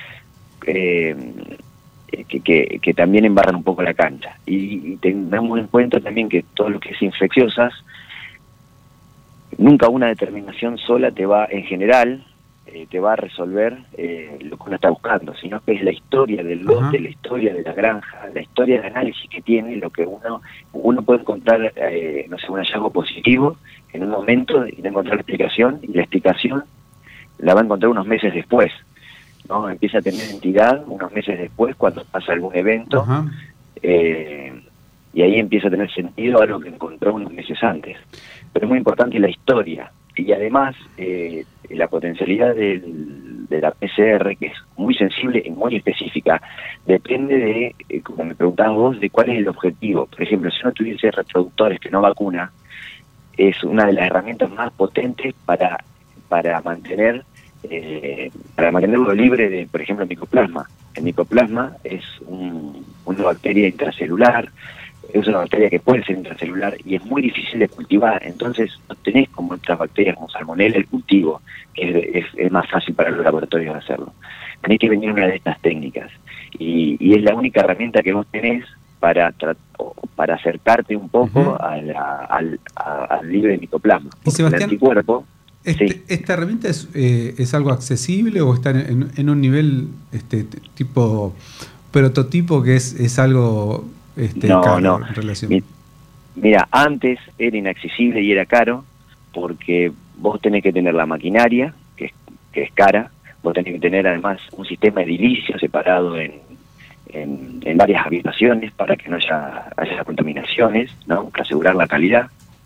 que también embarran un poco la cancha. Y tengamos en cuenta también que todo lo que es infecciosas, nunca una determinación sola te va, en general, te va a resolver lo que uno está buscando, sino que es la historia del lote, la historia de la granja, la historia de análisis que tiene, lo que uno puede encontrar, no sé, un hallazgo positivo en un momento y encontrar la explicación, y la explicación la va a encontrar unos meses después, ¿no? Empieza a tener entidad unos meses después cuando pasa algún evento, y ahí empieza a tener sentido algo que encontró unos meses antes. Pero es muy importante la historia, y además la potencialidad de la PCR, que es muy sensible y muy específica, depende de, como me preguntabas vos, de cuál es el objetivo. Por ejemplo, si uno tuviese reproductores que no vacuna, es una de las herramientas más potentes para mantenerlo libre de, por ejemplo, micoplasma. El micoplasma es una bacteria intracelular, es una bacteria que puede ser intracelular y es muy difícil de cultivar. Entonces no tenés como otras bacterias como Salmonella el cultivo, que es más fácil para los laboratorios hacerlo. Tenés que venir una de estas técnicas y es la única herramienta que vos tenés para acercarte un poco al libre de micoplasma. Y Sebastián, el anticuerpo... ¿Esta herramienta es algo accesible o está en un nivel tipo prototipo que es algo caro en relación? Mira, antes era inaccesible y era caro porque vos tenés que tener la maquinaria, que es cara, vos tenés que tener además un sistema edilicio separado en varias habitaciones para que no haya contaminaciones, ¿no? Para asegurar la calidad.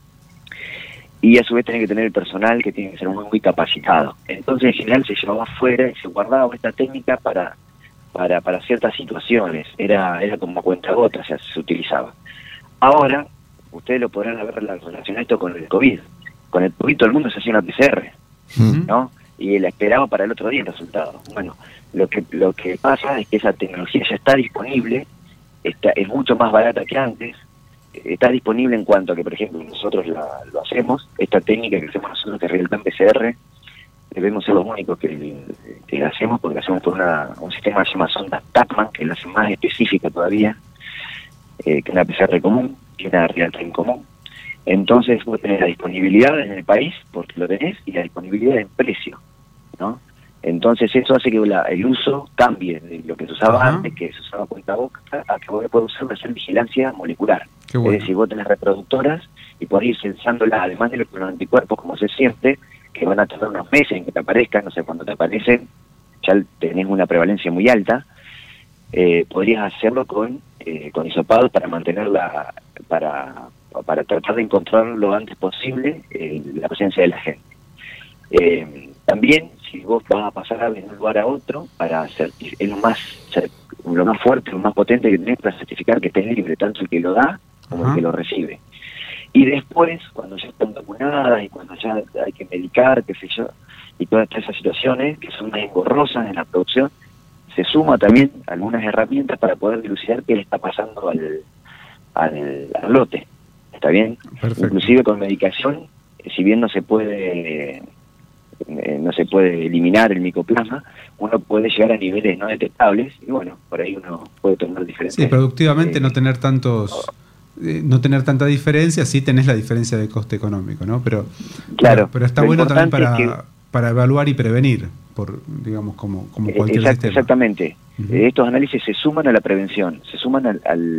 Y a su vez tenés que tener el personal que tiene que ser muy capacitado. Entonces en general se llevaba afuera y se guardaba esta técnica para ciertas situaciones. Era como cuentagotas, se utilizaba. Ahora, ustedes lo podrán haber relacionado esto con el COVID. Con el COVID todo el mundo se hacía una PCR, ¿no? Y la esperaba para el otro día el resultado. Bueno, lo que pasa es que esa tecnología ya está disponible, es mucho más barata que antes, está disponible en cuanto a que, por ejemplo, nosotros lo hacemos, esta técnica que hacemos nosotros, que es Real Time PCR, debemos ser los únicos que la hacemos, porque la hacemos por un sistema que se llama sonda TACMAN, que la hace más específica todavía, que una PCR común, que una Real Time común. Entonces vos tenés la disponibilidad en el país, porque lo tenés, y la disponibilidad en precio, ¿no? Entonces eso hace que el uso cambie de lo que se usaba antes, que se usaba cuentaboca, a que vos podés usar para hacer vigilancia molecular. Bueno. Es decir, vos tenés reproductoras y podés ir censándolas, además de los anticuerpos, como se siente, que van a tardar unos meses en que te aparezcan, no sé, cuando te aparecen ya tenés una prevalencia muy alta. Podrías hacerlo con hisopados para mantenerla, para tratar de encontrar lo antes posible la presencia de la gente. También, si vos vas a pasar de un lugar a otro, es lo más fuerte, lo más potente que tenés para certificar que estés libre, tanto el que lo da como el que lo recibe. Y después, cuando ya están vacunadas y cuando ya hay que medicar, qué sé yo, y todas esas situaciones que son más engorrosas en la producción, se suma también algunas herramientas para poder dilucidar qué le está pasando al lote. ¿Está bien? Perfecto. Inclusive con medicación, si bien no se puede eliminar el micoplasma, uno puede llegar a niveles no detectables y bueno, por ahí uno puede tomar diferentes... Sí, productivamente no tener tanta diferencia, sí tenés la diferencia de coste económico, ¿no? Pero está bueno también para evaluar y prevenir, digamos, como cualquier sistema. Exactamente. Estos análisis se suman a la prevención, se suman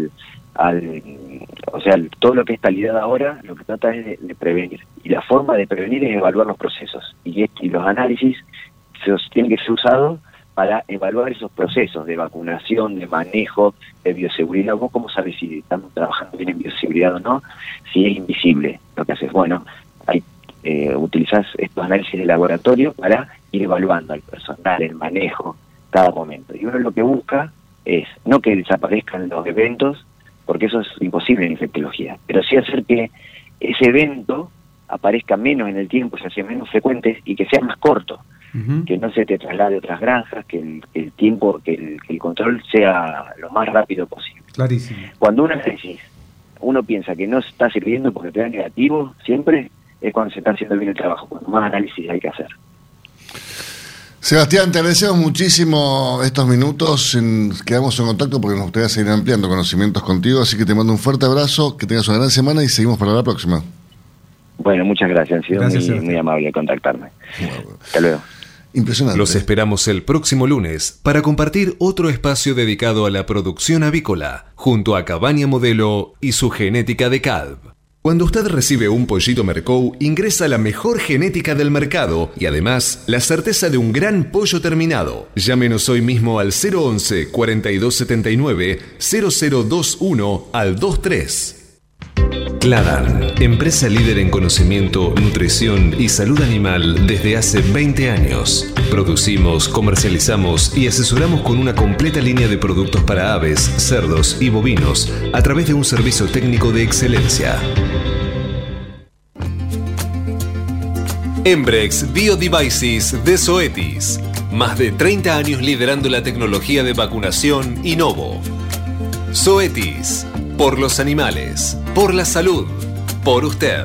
o sea, todo lo que es calidad ahora, lo que trata es de prevenir. Y la forma de prevenir es evaluar los procesos. Y los análisis tienen que ser usados para evaluar esos procesos de vacunación, de manejo, de bioseguridad. ¿Vos cómo sabes si estamos trabajando bien en bioseguridad o no? Si es invisible lo que haces. Bueno, utilizás estos análisis de laboratorio para ir evaluando al personal, el manejo, cada momento. Y uno lo que busca es no que desaparezcan los eventos, porque eso es imposible en infectología, pero sí hacer que ese evento aparezca menos en el tiempo, se hace menos frecuente y que sea más corto, que no se te traslade a otras granjas, que el tiempo, que el control sea lo más rápido posible. Clarísimo. Cuando uno piensa que no está sirviendo porque te da negativo, siempre es cuando se está haciendo bien el trabajo, cuando más análisis hay que hacer. Sebastián, te agradecemos muchísimo estos minutos, quedamos en contacto porque nos gustaría seguir ampliando conocimientos contigo, así que te mando un fuerte abrazo, que tengas una gran semana y seguimos para la próxima. Bueno, muchas gracias, han sido muy amable contactarme. Bueno. Hasta luego. Impresionante. Los esperamos el próximo lunes para compartir otro espacio dedicado a la producción avícola, junto a Cabaña Modelo y su genética de calv. Cuando usted recibe un pollito Mercou, ingresa la mejor genética del mercado y además la certeza de un gran pollo terminado. Llámenos hoy mismo al 011 4279 0021 al 23. Cladan, empresa líder en conocimiento, nutrición y salud animal desde hace 20 años. Producimos, comercializamos y asesoramos con una completa línea de productos para aves, cerdos y bovinos a través de un servicio técnico de excelencia. Embrex Biodevices de Zoetis. Más de 30 años liderando la tecnología de vacunación Innovo. Zoetis. Por los animales, por la salud, por usted.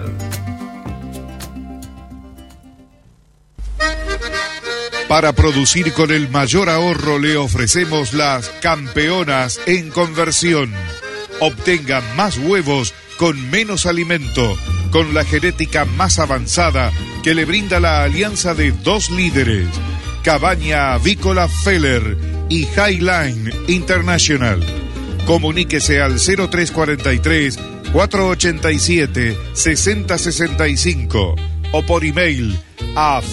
Para producir con el mayor ahorro le ofrecemos las campeonas en conversión. Obtenga más huevos con menos alimento, con la genética más avanzada que le brinda la alianza de dos líderes, Cabaña Avícola Feller y Highline International. Comuníquese al 0343 487 6065 o por email a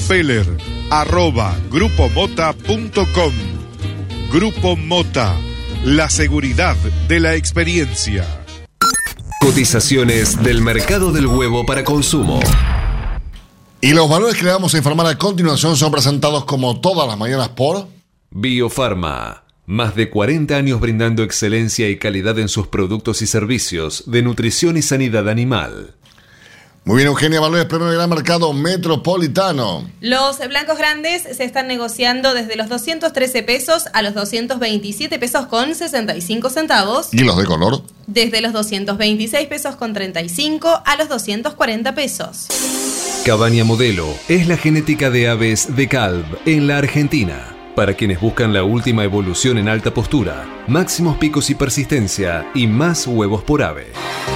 feller@grupomota.com. Grupo Mota, la seguridad de la experiencia. Cotizaciones del mercado del huevo para consumo. Y los valores que le vamos a informar a continuación son presentados como todas las mañanas por Biofarma. Más de 40 años brindando excelencia y calidad en sus productos y servicios de nutrición y sanidad animal. Muy bien, Eugenia Valores, premio de Gran Mercado Metropolitano. Los blancos grandes se están negociando desde los 213 pesos a los 227 pesos con 65 centavos. ¿Y los de color? Desde los 226 pesos con 35 a los 240 pesos. Cabaña Modelo es la genética de aves de calv en la Argentina. Para quienes buscan la última evolución en alta postura, máximos picos y persistencia y más huevos por ave.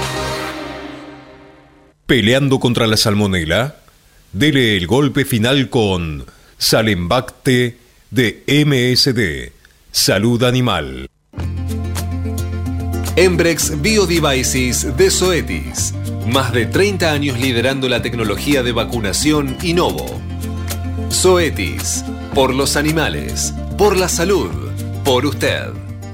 ¿Peleando contra la salmonela? Dele el golpe final con Salembacte de MSD. Salud Animal. Embrex Biodevices de Zoetis. Más de 30 años liderando la tecnología de vacunación Innovo. Zoetis. Por los animales, por la salud, por usted.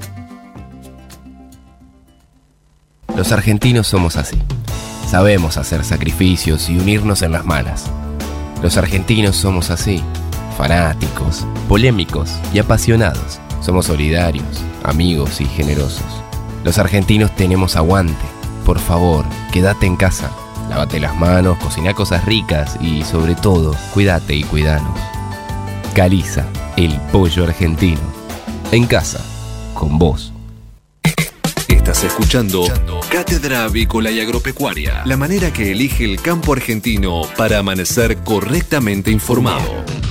Los argentinos somos así. Sabemos hacer sacrificios y unirnos en las malas. Los argentinos somos así. Fanáticos, polémicos y apasionados. Somos solidarios, amigos y generosos. Los argentinos tenemos aguante. Por favor, quédate en casa. Lávate las manos, cocina cosas ricas y, sobre todo, cuídate y cuidanos. Caliza, el pollo argentino. En casa, con vos. Estás escuchando Cátedra Avícola y Agropecuaria, la manera que elige el campo argentino para amanecer correctamente informado.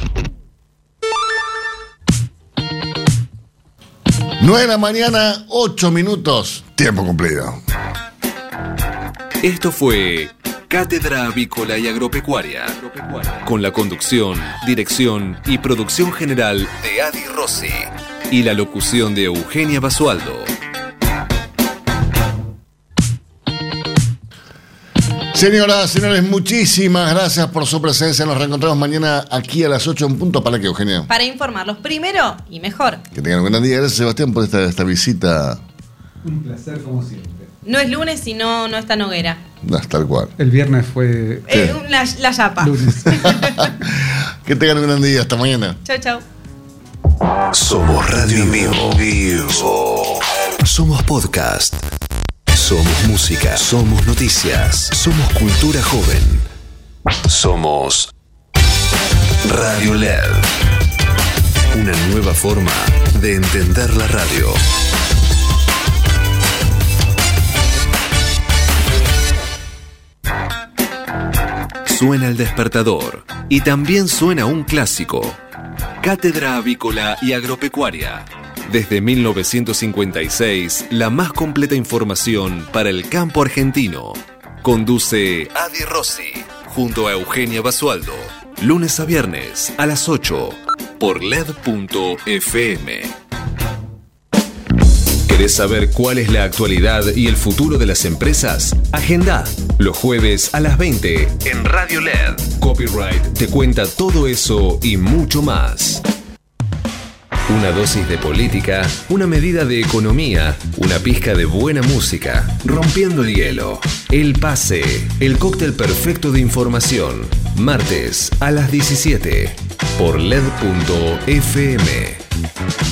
9 de la mañana, 8 minutos, tiempo cumplido. Esto fue Cátedra Avícola y Agropecuaria, con la conducción, dirección y producción general de Adi Rossi y la locución de Eugenia Basualdo. Señoras, señores, muchísimas gracias por su presencia. Nos reencontramos mañana aquí a las 8 en punto. ¿Para qué, Eugenia? Para informarlos primero y mejor. Que tengan un gran día. Gracias, Sebastián, por esta visita. Un placer, como siempre. No es lunes, sino no está Noguera. No, es tal cual. El viernes fue... La yapa. Lunes. Que tengan un gran día. Hasta mañana. Chau, chau. Somos Radio en Vivo. Somos podcast. Somos música. Somos noticias. Somos cultura joven. Somos Radio LED. Una nueva forma de entender la radio. Suena el despertador y también suena un clásico. Cátedra Avícola y Agropecuaria. Desde 1956, la más completa información para el campo argentino. Conduce Adi Rossi junto a Eugenia Basualdo. Lunes a viernes a las 8 por LED.fm. ¿Querés saber cuál es la actualidad y el futuro de las empresas? Agenda los jueves a las 20 en Radio LED. Copyright te cuenta todo eso y mucho más. Una dosis de política, una medida de economía, una pizca de buena música, rompiendo el hielo. El Pase, el cóctel perfecto de información. Martes a las 17 por LED.fm.